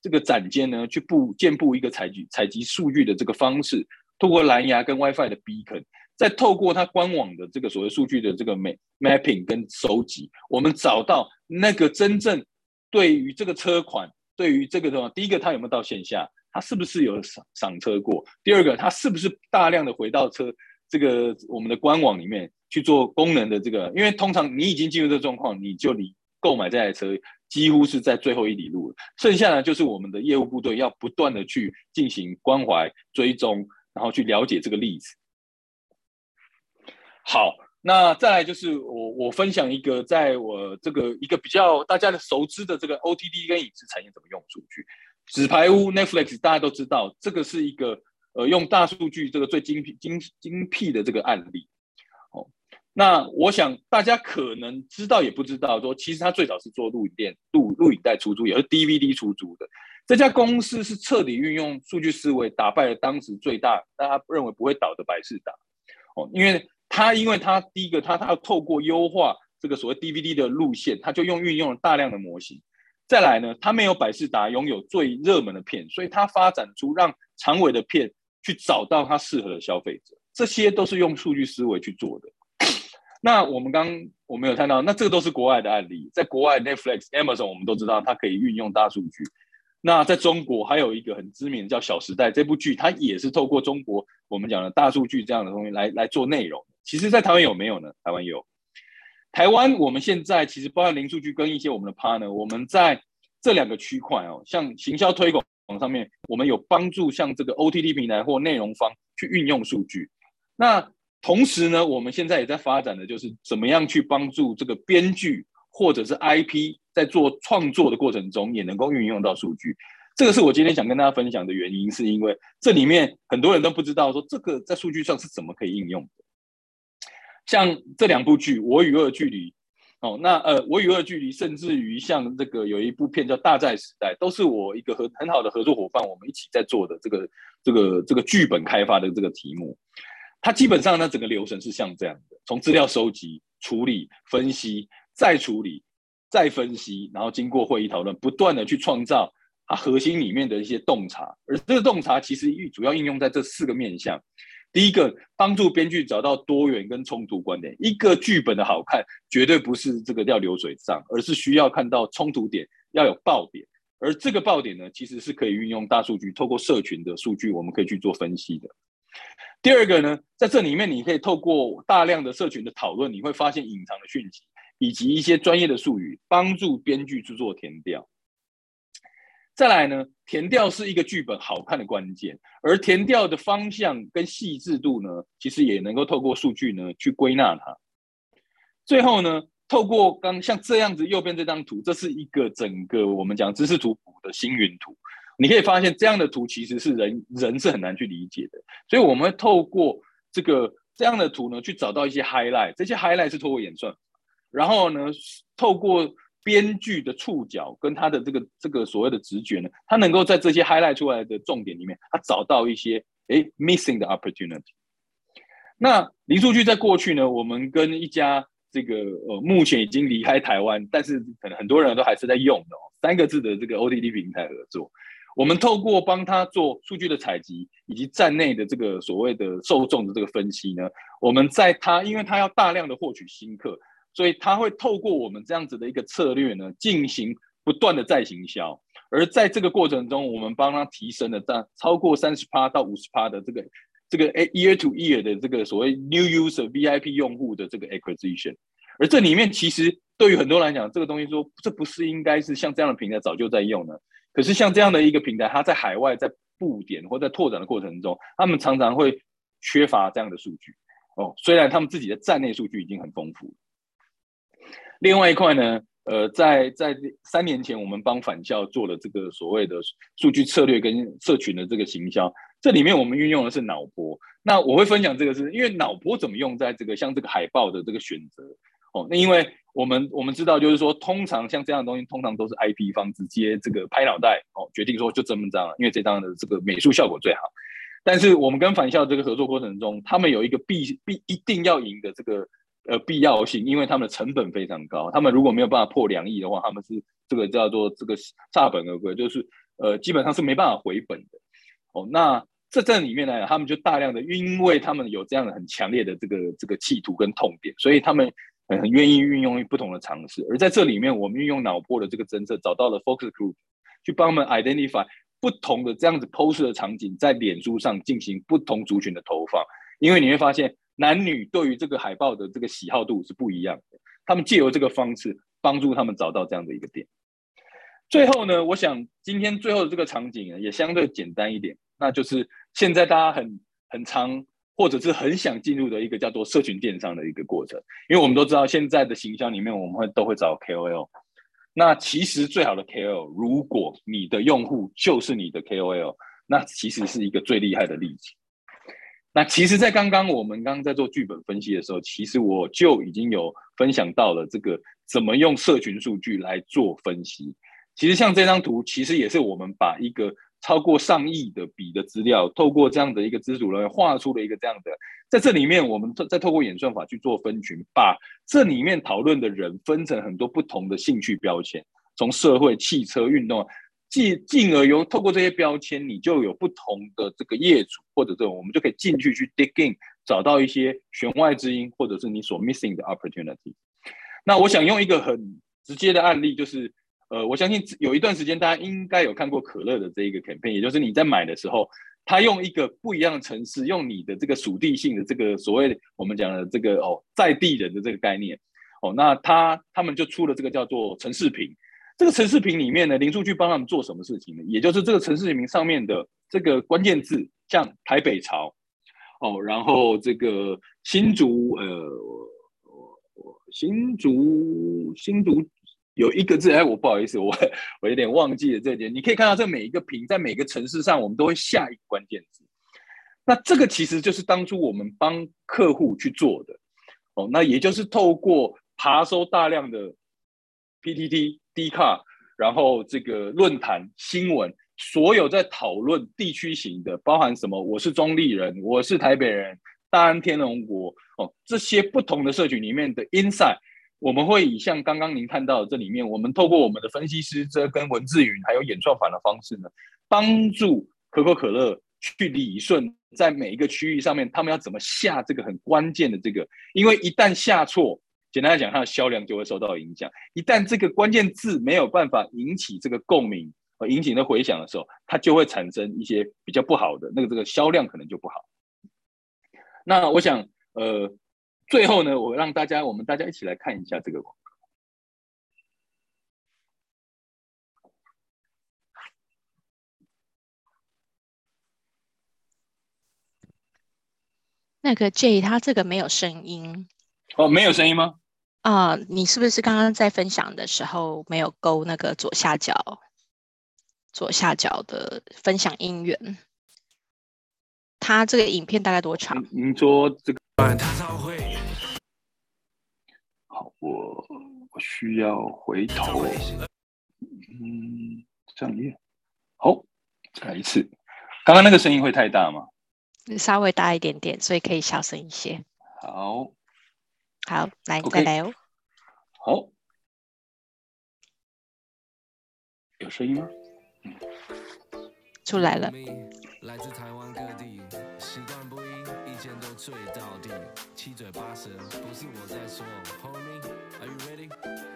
这个展间呢去建布一个采集数据的这个方式，透过蓝牙跟 WiFi 的 beacon， 再透过它官网的这个所谓数据的这个 mapping 跟收集，我们找到那个真正对于这个车款，对于这个的话，第一个它有没有到线下，它是不是有赏车过，第二个它是不是大量的回到这个我们的官网里面去做功能的这个，因为通常你已经进入这个状况，你就离购买这台车几乎是在最后一里路了，剩下的就是我们的业务部队要不断的去进行关怀追踪，然后去了解这个例子。好，那再来就是我分享一个在我这个一个比较大家的熟知的这个 OTT 跟影视产业怎么用数据。纸牌屋 Netflix 大家都知道，这个是一个用大数据这个最精辟的这个案例。那我想大家可能知道也不知道，说其实它最早是做录影带出租，也是 DVD 出租的。这家公司是彻底运用数据思维，打败了当时最大大家认为不会倒的百视达。因为它第一个它要透过优化这个所谓 DVD 的路线，它就运用了大量的模型。再来呢，它没有百视达拥有最热门的片，所以它发展出让长尾的片去找到它适合的消费者，这些都是用数据思维去做的。那我们有看到，那这个都是国外的案例，在国外 Netflix、Amazon 我们都知道它可以运用大数据。那在中国还有一个很知名的叫《小时代》这部剧，它也是透过中国我们讲的大数据这样的东西来做内容。其实，在台湾有没有呢？台湾有。台湾我们现在其实包含零数据跟一些我们的 partner， 我们在这两个区块像行销推广上面，我们有帮助像这个 OTT 平台或内容方去运用数据。那同时呢，我们现在也在发展的就是怎么样去帮助这个编剧或者是 IP 在做创作的过程中也能够运用到数据。这个是我今天想跟大家分享的原因，是因为这里面很多人都不知道说这个在数据上是怎么可以应用的。像这两部剧《我与恶距离》我与恶距离，甚至于像这个有一部片叫《大债时代》，都是我一个很好的合作伙伴，我们一起在做的这个剧本开发的这个题目。它基本上呢，整个流程是像这样的：从资料收集、处理、分析、再处理、再分析，然后经过会议讨论，不断的去创造它核心里面的一些洞察。而这个洞察其实主要应用在这4个面向。第一个，帮助编剧找到多元跟冲突观点。一个剧本的好看，绝对不是这个叫流水账，而是需要看到冲突点，要有爆点。而这个爆点呢，其实是可以运用大数据，透过社群的数据，我们可以去做分析的。第二个呢，在这里面你可以透过大量的社群的讨论，你会发现隐藏的讯息，以及一些专业的术语，帮助编剧去做填调。再来呢，填调是一个剧本好看的关键，而填调的方向跟细致度呢，其实也能够透过数据呢去归纳它。最后呢，透过像这样子右边这张图，这是一个整个我们讲知识图谱的星云图。你可以发现这样的图其实是人是很难去理解的，所以我们会透过这样的图呢，去找到一些 highlight， 这些 highlight 是透过演算法，然后呢，透过编剧的触角跟他的这个所谓的直觉呢，他能够在这些 highlight 出来的重点里面，他找到一些missing 的 opportunity。那零数据在过去呢，我们跟一家这个目前已经离开台湾，但是可能很多人都还是在用的3个字的这个 OTT 平台合作。我们透过帮他做数据的采集，以及站内的这个所谓的受众的这个分析呢，我们因为他要大量的获取新客，所以他会透过我们这样子的一个策略呢，进行不断的再行销。而在这个过程中，我们帮他提升了超过30% 到50% 的这个 year to year 的这个所谓 new user VIP 用户的这个 acquisition。而这里面其实对于很多人来讲，这个东西说这不是应该是像这样的平台早就在用呢？可是像这样的一个平台，它在海外在布点或在拓展的过程中，他们常常会缺乏这样的数据虽然他们自己的站内数据已经很丰富。另外一块呢，在3年前，我们帮返校做了这个所谓的数据策略跟社群的这个行销，这里面我们运用的是脑波。那我会分享这个是因为脑波怎么用在像这个海报的这个选择那因为我们知道，就是说，通常像这样的东西，通常都是 IP 方直接这个拍脑袋决定说就这么张了，因为这张的这个美术效果最好。但是我们跟返校这个合作过程中，他们有一个一定要赢的这个必要性，因为他们的成本非常高，他们如果没有办法破2亿的话，他们是这个叫做这个差本而归，就是基本上是没办法回本的。那这里面呢，他们就大量的，因为他们有这样的很强烈的这个企图跟痛点，所以他们很愿意运用不同的尝试。而在这里面，我们运用脑波的这个侦测，找到了 focus group， 去帮他们 identify 不同的这样子 post 的场景，在脸书上进行不同族群的投放。因为你会发现，男女对于这个海报的这个喜好度是不一样的，他们借由这个方式帮助他们找到这样的一个点。最后呢，我想今天最后的这个场景也相对简单一点，那就是现在大家很常或者是很想进入的一个叫做社群电商的一个过程。因为我们都知道现在的行销里面，我们都会找 KOL。那其实最好的 KOL， 如果你的用户就是你的 KOL， 那其实是一个最厉害的例子。那其实在我们刚刚在做剧本分析的时候，其实我就已经有分享到了这个怎么用社群数据来做分析。其实像这张图，其实也是我们把一个超过上亿的笔的资料，透过这样的一个资主人员画出了一个这样的，在这里面我们再透过演算法去做分群，把这里面讨论的人分成很多不同的兴趣标签，从社会、汽车、运动，进而透过这些标签，你就有不同的这个业主或者这种，我们就可以进去 dig in， 找到一些弦外之音，或者是你所 missing 的 opportunity。那我想用一个很直接的案例，就是我相信有一段时间大家应该有看过可乐的这一个 campaign， 也就是你在买的时候，他用一个不一样的城市，用你的这个属地性的这个所谓我们讲的这个在地人的这个概念，那他们就出了这个叫做城市评。这个城市评里面呢，林数据帮他们做什么事情呢？也就是这个城市评上面的这个关键字，像台北潮，然后这个新竹，新竹有一个字，我不好意思，我有点忘记了这点。你可以看到，这每一个评在每个城市上，我们都会下一个关键字。那这个其实就是当初我们帮客户去做的，那也就是透过爬收大量的 PTT、Dcard， 然后这个论坛、新闻，所有在讨论地区型的，包含什么？我是中立人，我是台北人，大安天龙国，这些不同的社群里面的 insight。我们会以像刚刚您看到的这里面，我们透过我们的分析师这跟文字云还有演算法的方式呢，帮助可口可乐去理顺在每一个区域上面，他们要怎么下这个很关键的这个，因为一旦下错，简单来讲，它的销量就会受到影响。一旦这个关键字没有办法引起这个共鸣，引起的回响的时候，它就会产生一些比较不好的这个销量可能就不好。那我想，最后呢，我们大家一起来看一下这个广告。 那个 J 他这个没有声音。 没有声音吗？ 你是不是刚刚在分享的时候没有勾那个左下角的分享音源？它这个影片大概多长？ 您说这个？好，我需要回头。这样耶。好，再来一次。刚刚那个声音会太大吗？ 稍微大一点点，所以可以小声一些。 好， 来， okay. 再来哦。 好，有声音吗？ 出来了。 来自台湾各地，习惯不一，意见都最到底，七嘴八舌，不是我在说 ，Homie, are you ready?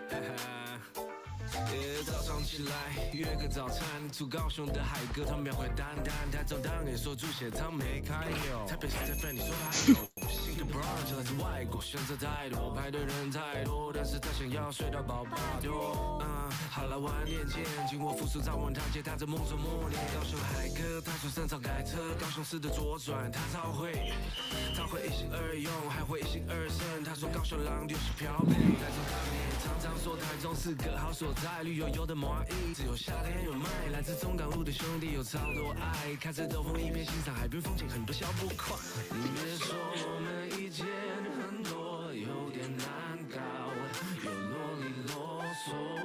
早上起来约个早餐，住高雄的海哥他秒回单，台中当然说猪血汤没开有，台北市在分你说还有，新的 brunch 来自外国，选择太多，排队人太多，但是他想要睡到饱8多。好了，晚点见，经过复苏早晚堂街，踏着梦中默念，高雄海哥，他说深草改车，高雄市的左转，他超会一心二用，还会一心二生，他说高雄狼就是漂北，台中大也常常说台中是个好所在，绿油油的麻衣，只有夏天有卖，来自中港路的兄弟有超多爱，开着兜风一边欣赏海边风景，很多小不快。你别说我们意见很多，有点难搞，有啰里啰嗦。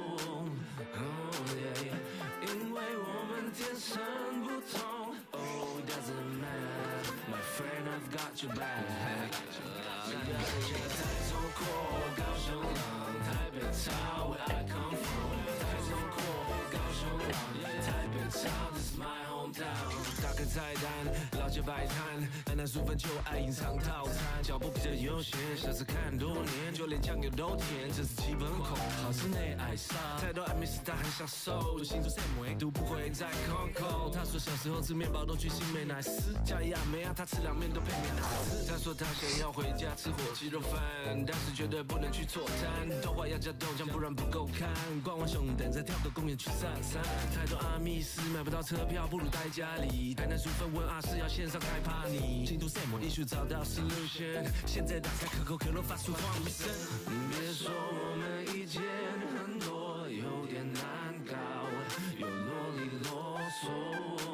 因为我们天生不同。Oh, doesn't matter, my friend, I've got your back. 台中阔，高雄浪，台北潮 ，Where I come from. 台中阔，高雄浪，台北打开菜单，老街摆摊，南南薯粉就爱隐藏套餐，脚步比较悠闲，下次看多年，就连酱油都甜，这是基本款，好吃内爱上，太多爱美食他很享受，新竹 Sam 唯独不会再空口。他说小时候吃面包都去新美乃斯，加一亚梅啊，他吃凉面都配面奶丝。他说他想要回家吃火鸡肉饭，但是绝对不能去错摊，豆花要加豆浆，不然不够看。逛完熊等再跳个公园去散散，太多阿密斯买不到车票，不如待家里。台南薯粉问阿是要线上开 party， 新竹 Sam 艺术找到 solution， 现在打开可口可乐发出黄鼻声。别说我们意见很多，有点难搞，有啰里啰嗦。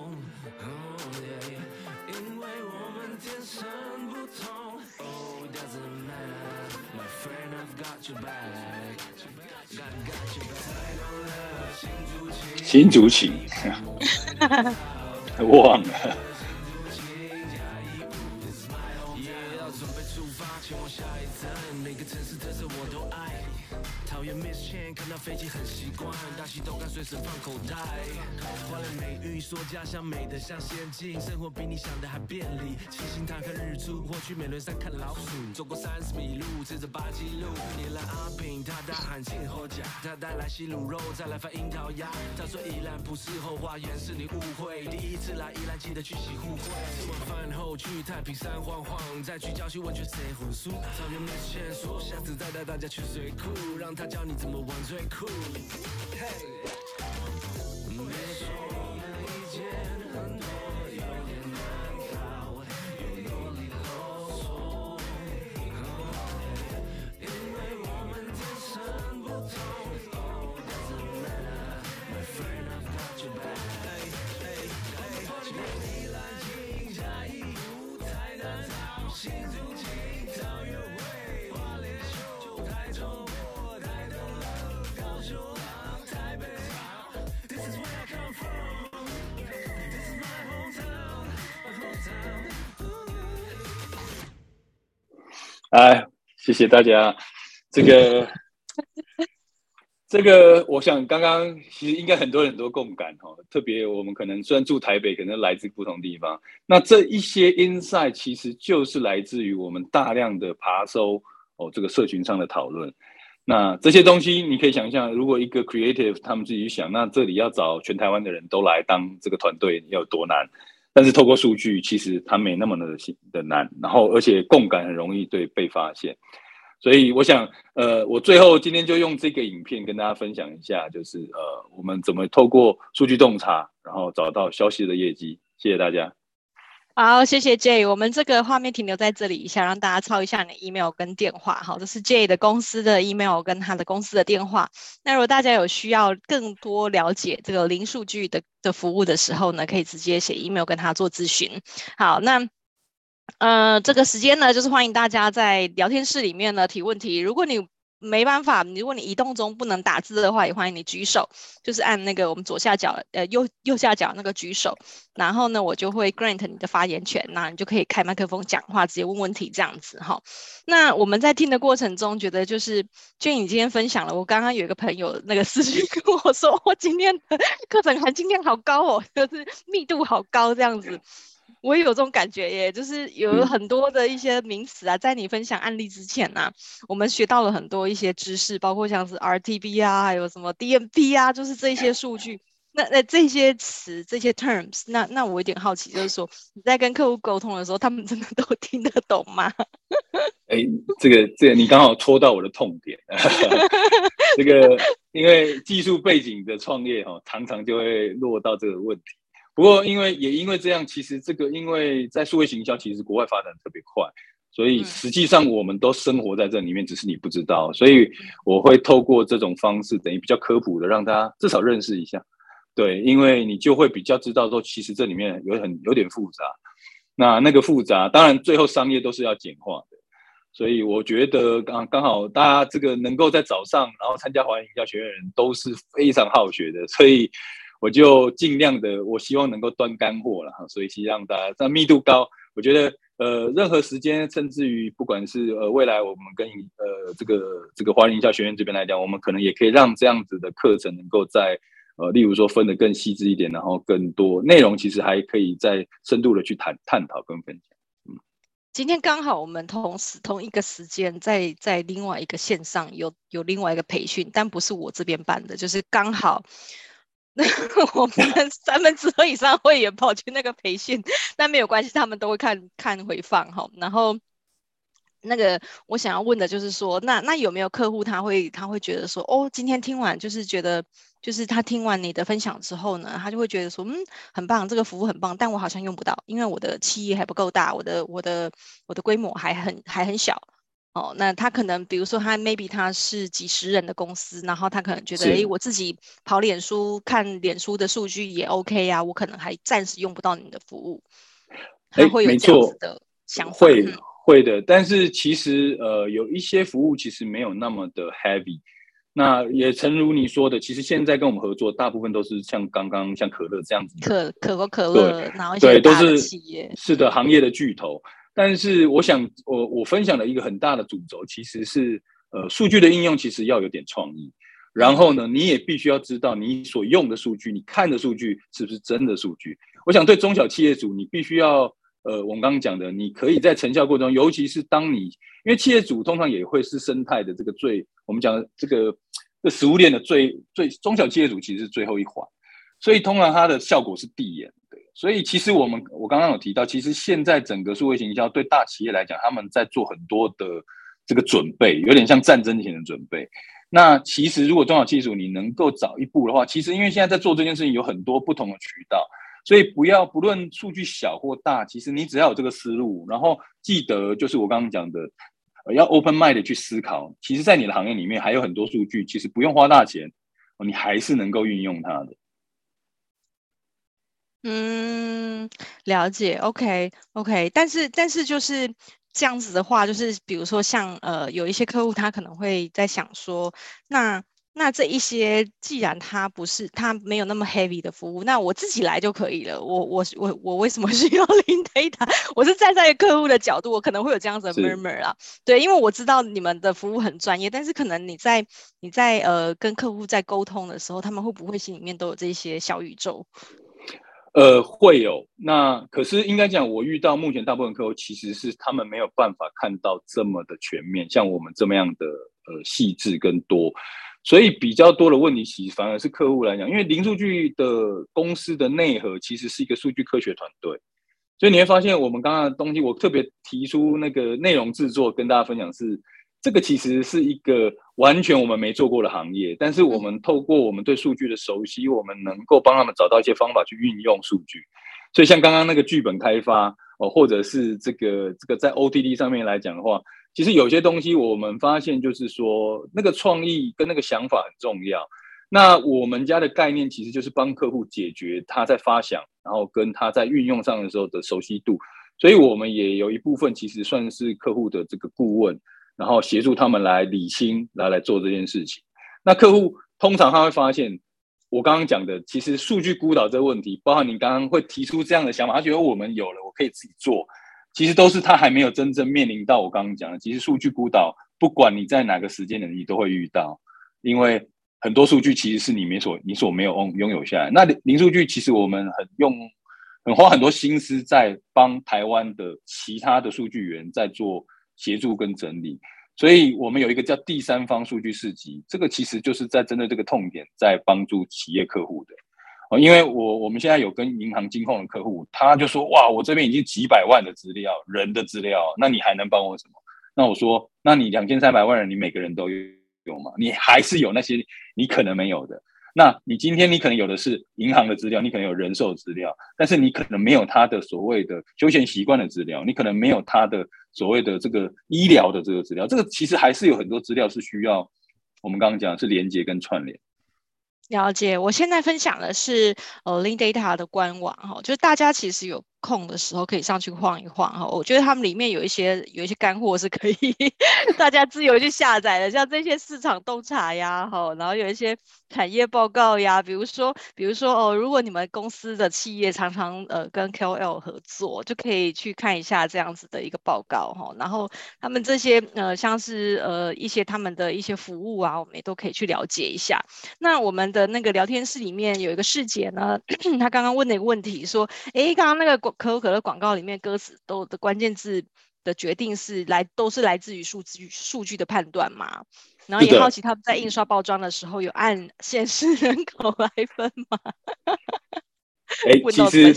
因为我们天生不同。Oh, doesn't matter, my friend, I've got your back. Got your back. 太多了新竹情，忘了。 要准备出发，前往下一站，每个城市特色我都爱。桃园 Miss Chan 看到飞机很习惯，大溪豆干随时放口袋。花莲美玉说家乡美得像仙境，生活比你想的还便利。七星潭看日出，或去美仑山看老鼠。走过30米路，吃着八基路。你来阿平，他大喊进后甲，他带来西卤肉，再来份樱桃鸭。他说宜兰不是后花园，是你误会。第一次来宜兰，记得去洗护会。吃完饭后去太平山晃晃，再去礁溪温泉谁混宿。桃园 Miss Chan 说下次再带大家去水库，让他教你怎么玩最酷。Hey 别说我们意见很多，有点难搞，有啰里啰嗦。因为我们天生不同。Oh, doesn't matter, my friend, I've got your back. 宜兰金嘉义五台南新竹青桃园味花莲秀台中波台东乐高雄台北。This is where I come from. This is my hometown, my hometown. 哎，谢谢大家。这个，我想刚刚其实应该很多人都共感哈，特别我们可能虽然住台北，可能来自不同地方，那这一些 insight 其实就是来自于我们大量的爬搜这个社群上的讨论。那这些东西你可以想象，如果一个 creative 他们自己想，那这里要找全台湾的人都来当这个团队要有多难？但是透过数据，其实它没那么的难，然后而且共感很容易被发现。所以我想，我最后今天就用这个影片跟大家分享一下，就是我们怎么透过数据洞察，然后找到消息的业绩。谢谢大家。 好，谢谢 Jay。我们这个画面停留在这里一下，让大家抄一下你的 email 跟电话。好，这是 Jay 的公司的 email 跟他的公司的电话。那如果大家有需要更多了解这个零数据的服务的时候呢，可以直接写 email 跟他做咨询。好，那这个时间呢，就是欢迎大家在聊天室里面呢提问题。如果你没办法，如果你移动中不能打字的话，也欢迎你举手，就是按那个我们左下角右下角那个举手，然后呢我就会 grant 你的发言权，那你就可以开麦克风讲话，直接问问题这样子哈。那我们在听的过程中，觉得就是你今天分享了，我刚刚有一个朋友那个私讯跟我说，我今天的课程含金量好高哦，就是密度好高这样子。我也有这种感觉耶，就是有很多的一些名词啊，在你分享案例之前啊，我们学到了很多一些知识，包括像是 RTB 啊，还有什么 DMP 啊，就是这些数据。那这些词这些 terms， 那我有点好奇，就是说你在跟客户沟通的时候，他们真的都听得懂吗？ 这个你刚好戳到我的痛点。这个因为技术背景的创业常常就会落到这个问题。不过因为这样，其实这个因为在数位行销，其实国外发展特别快，所以实际上我们都生活在这里面，只是你不知道。所以我会透过这种方式，等于比较科普的，让大家至少认识一下。对，因为你就会比较知道说，其实这里面有点复杂。那个复杂，当然最后商业都是要简化的。所以我觉得刚好大家这个能够在早上，然后参加华人营销学院的人都是非常好学的，所以我就尽量的，我希望能够端干货了哈，所以希望大家密度高。我觉得任何时间，甚至于不管是未来我们跟这个华人营销学院这边来讲，我们可能也可以让这样子的课程能够在例如说分得更细致一点，然后更多内容，其实还可以再深度的去探讨跟分享。 今天刚好我们同一个时间在另外一个线上有另外一个培训，但不是我这边办的，就是刚好我们的2/3以上会员跑去那个培训，但没有关系，他们都会看回放哈。然后那个我想要问的就是说，那有没有客户他会觉得说，哦，今天听完就是觉得，就是他听完你的分享之后呢，他就会觉得说，很棒，这个服务很棒，但我好像用不到，因为我的企业还不够大，我的规模还很小。哦，那他可能比如说maybe 他是几十人的公司，然后他可能觉得，我自己跑脸书看脸书的数据也 OK 啊，我可能还暂时用不到你的服务，他会有这样子的想法。 会的，但是其实有一些服务其实没有那么的 heavy。那也诚如你说的，其实现在跟我们合作，大部分都是像刚刚像可乐这样子的， 可口可乐，然后一些大的企业， 是的，行业的巨头。但是我想，我分享的一个很大的主轴，其实是数据的应用，其实要有点创意。然后呢，你也必须要知道你所用的数据，你看的数据是不是真的数据。我想对中小企业主，你必须要我们刚刚讲的，你可以在成效过程中，尤其是当你因为企业主通常也会是生态的这个我们讲的这食物链的最中小企业主其实是最后一环，所以通常它的效果是递延的。所以其实我刚刚有提到，其实现在整个数位行销对大企业来讲，他们在做很多的这个准备，有点像战争前的准备。那其实如果中小企业主你能够早一步的话，其实因为现在在做这件事情有很多不同的渠道，所以不论数据小或大，其实你只要有这个思路，然后记得就是我刚刚讲的，要 open mind 的去思考。其实，在你的行业里面还有很多数据，其实不用花大钱，你还是能够运用它的。 了解 ，OK， 但是就是这样子的话，就是比如说像有一些客户他可能会在想说，那这一些既然他没有那么 heavy 的服务，那我自己来就可以了。我为什么需要Link Data？ 我是站在客户的角度，我可能会有这样子的 murmur 啦。对，因为我知道你们的服务很专业，但是可能你在跟客户在沟通的时候，他们会不会心里面都有这些小宇宙？ 会有。那可是应该讲，我遇到目前大部分客户其实是他们没有办法看到这么的全面，像我们这么样的细致跟多，所以比较多的问题其实反而是客户来讲，因为零数据的公司的内核其实是一个数据科学团队，所以你会发现我们刚刚的东西，我特别提出那个内容制作跟大家分享是。这个其实是一个完全我们没做过的行业，但是我们透过我们对数据的熟悉，我们能够帮他们找到一些方法去运用数据。所以像刚刚那个剧本开发或者是这个在 OTD 上面来讲的话，其实有些东西我们发现就是说那个创意跟那个想法很重要。那我们家的概念其实就是帮客户解决他在发想，然后跟他在运用上的时候的熟悉度。所以我们也有一部分其实算是客户的这个顾问。然后协助他们来理清，来做这件事情。那客户通常他会发现，我刚刚讲的，其实数据孤岛这个问题，包含你刚刚会提出这样的想法，他觉得我们有了，我可以自己做，其实都是他还没有真正面临到我刚刚讲的。其实数据孤岛，不管你在哪个时间点，你都会遇到，因为很多数据其实是你所没有拥有下来。那零数据其实我们很花很多心思在帮台湾的其他的数据源在做协助跟整理，所以我们有一个叫第三方数据市集，这个其实就是在针对这个痛点，在帮助企业客户的。因为我们现在有跟银行金控的客户，他就说哇，我这边已经几百万的资料，人的资料，那你还能帮我什么？那我说，那你2300万人，你每个人都有吗？你还是有那些你可能没有的。那你今天你可能有的是银行的资料，你可能有人寿资料，但是你可能没有他的所谓的休闲习惯的资料，你可能没有他的所谓的这个医疗的这个资料，这个其实还是有很多资料是需要我们刚刚讲的是连接跟串联。 了解，我现在分享的是Link Data 的官网就是大家其实有空的时候可以上去晃一晃哈。我觉得他们里面有一些干货是可以大家自由去下载的，像这些市场洞察呀，然后有一些产业报告呀，比如说如果你们公司的企业常常跟 KOL 合作，就可以去看一下这样子的一个报告哈。然后他们这些像是一些他们的一些服务啊，我们也都可以去了解一下。那我们的那个聊天室里面有一个师姐呢，她刚刚问了一个问题，说，刚刚那个可口可乐广告里面歌词都的关键字的决定都是来自于数据的判断嘛？然后也好奇他们在印刷包装的时候有按县市人口来分吗？ 其实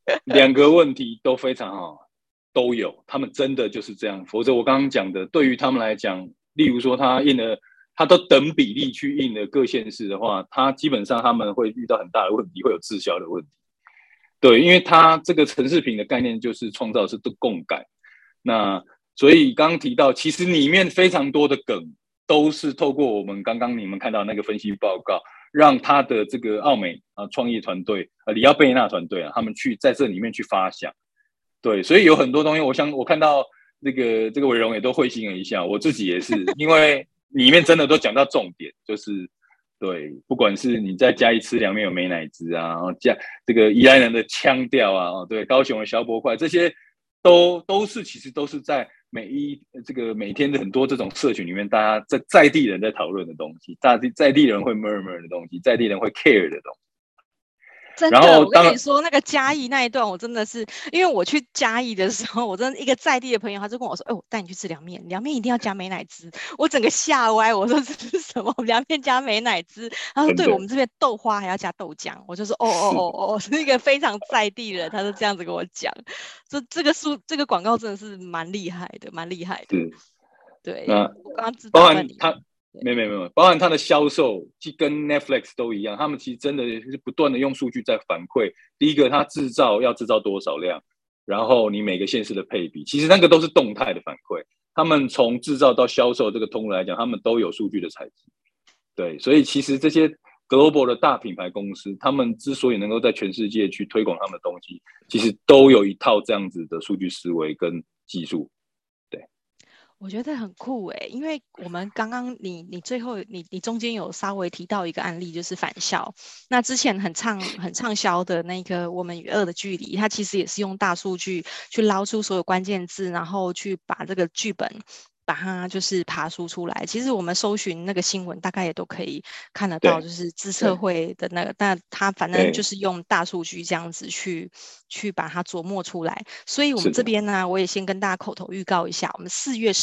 2个问题都非常好，都有，他们真的就是这样。否则我刚刚讲的，对于他们来讲，例如说他都等比例去印了各县市的话，他基本上他们会遇到很大的问题，会有滞销的问题。对，因为他这个程式品的概念就是创造是共感，那所以刚刚提到，其实里面非常多的梗都是透过我们刚刚你们看到那个分析报告，让他的这个奥美创意团队里奥贝纳团队他们去在这里面去发想。对，所以有很多东西，我看到这个伟荣也都会心了一下，我自己也是，因为里面真的都讲到重点，就是对，不管是你在嘉义吃凉面有美乃滋啊，然后这个宜兰人的腔调啊，对，高雄的小波块，这些其实都是在每天的很多这种社群里面，大家在地人在讨论的东西，在地人会 murmur 的东西，在地人会 care 的东西。 真的，我跟你说，那个嘉义那一段，我真的是，因为我去嘉义的时候，我真的一个在地的朋友，他就跟我说：“我带你去吃凉面，凉面一定要加美乃滋。”我整个吓歪，我说这是什么？凉面加美乃滋？他说：“对，我们这边豆花还要加豆浆。”我就说：“哦，是一个非常在地人。”他就这样子跟我讲，这个广告真的是蛮厉害的，蛮厉害的。对，我刚刚知道没有，包含它的销售跟 Netflix 都一样，他们其实真的是不断的用数据在反馈。第一个，它要制造多少量，然后你每个县市的配比，其实那个都是动态的反馈。他们从制造到销售这个通路来讲，他们都有数据的采集。对，所以其实这些 global 的大品牌公司，他们之所以能够在全世界去推广他们的东西，其实都有一套这样子的数据思维跟技术。 我觉得很酷因为我们刚刚你最后你中间有稍微提到一个案例，就是返校。那之前很畅销的那个我们与恶的距离，它其实也是用大数据去捞出所有关键字，然后去把这个剧本把它就是爬梳出来。其实我们搜寻那个新闻，大概也都可以看得到，就是资策会的那个，但它反正就是用大数据这样子去把它琢磨出来。所以我们这边呢，我也先跟大家口头预告一下，我们4月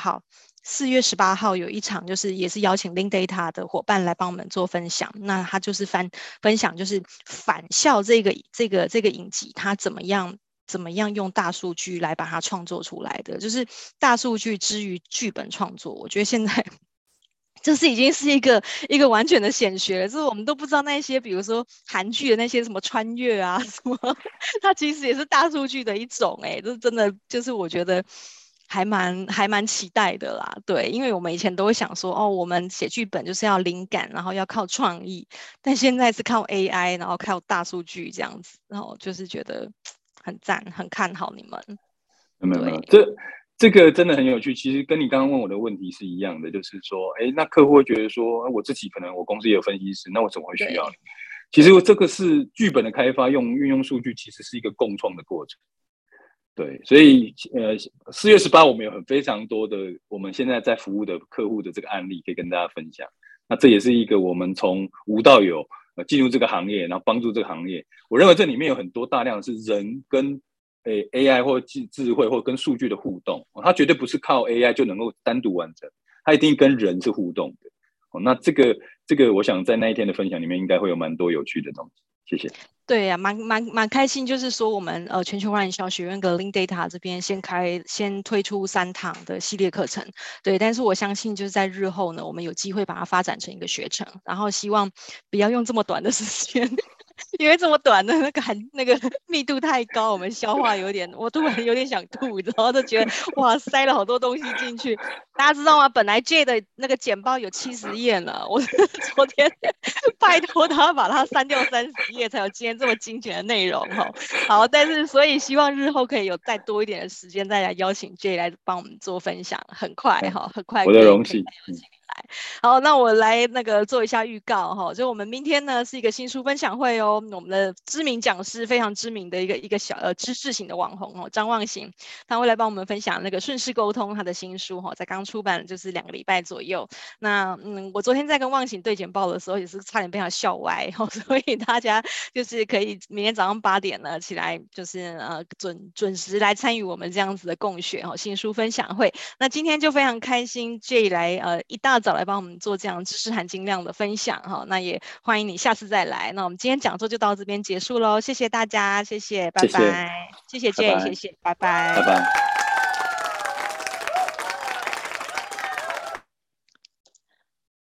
18号有一场，就是也是邀请 LinkData 的伙伴来帮我们做分享。那他就是分享就是返校这个影集，它怎么样用大数据来把它创作出来的，就是大数据之于剧本创作。我觉得现在就是已经是一个完全的显学了，就是我们都不知道那些比如说韩剧的那些什么穿越啊什么，它其实也是大数据的一种这真的就是我觉得还蛮期待的啦。对，因为我们以前都会想说我们写剧本就是要灵感，然后要靠创意，但现在是靠 AI， 然后靠大数据这样子，然后就是觉得很赞，很看好你们。 没有，这个真的很有趣。其实跟你刚刚问我的问题是一样的，就是说，那客户会觉得说，我自己可能我公司也有分析师，那我怎么会需要你？其实这个是剧本的开发，运用数据，其实是一个共创的过程。对，所以4月18我们有非常多的我们现在在服务的客户的这个案例可以跟大家分享。那这也是一个我们从无到有进入这个行业，然后帮助这个行业。我认为这里面有很多大量是人跟AI 或智慧或跟数据的互动，它绝对不是靠 AI 就能够单独完成，它一定跟人是互动的。那这个我想在那一天的分享里面应该会有蛮多有趣的东西。谢谢。 对呀，蛮开心，就是说我们全球化营销学院跟 LinkData 这边先推出3堂的系列课程。对，但是我相信就是在日后呢，我们有机会把它发展成一个学程，然后希望不要用这么短的时间因为这么短的那个密度太高，我们消化我突然有点想吐，然后就觉得哇，塞了好多东西进去。大家知道吗？本来 J 的那个简报有70页呢，我昨天拜托他把它删掉30页，才有今天这么精简的内容哈。好，但是所以希望日后可以有再多一点的时间，再来邀请 J 来帮我们做分享，很快哈，很快我的荣幸。 好，那我来做一下预告哈，就我们明天呢是一个新书分享会哦，我们的知名讲师非常知名的一个小知识型的网红哦，张忘形，他会来帮我们分享那个顺势沟通他的新书哈，在刚出版就是2个礼拜左右。那我昨天在跟忘形对简报的时候也是差点被他笑歪哈，所以大家就是可以明天早上8点呢起来，就是准时来参与我们这样子的共学哈新书分享会。那今天就非常开心 J 来一大早来帮我们做这样知识含金量的分享哈，那也欢迎你下次再来。那我们今天讲座就到这边结束喽，谢谢大家，谢谢，拜拜，谢谢 J， 谢谢，拜拜， 拜拜。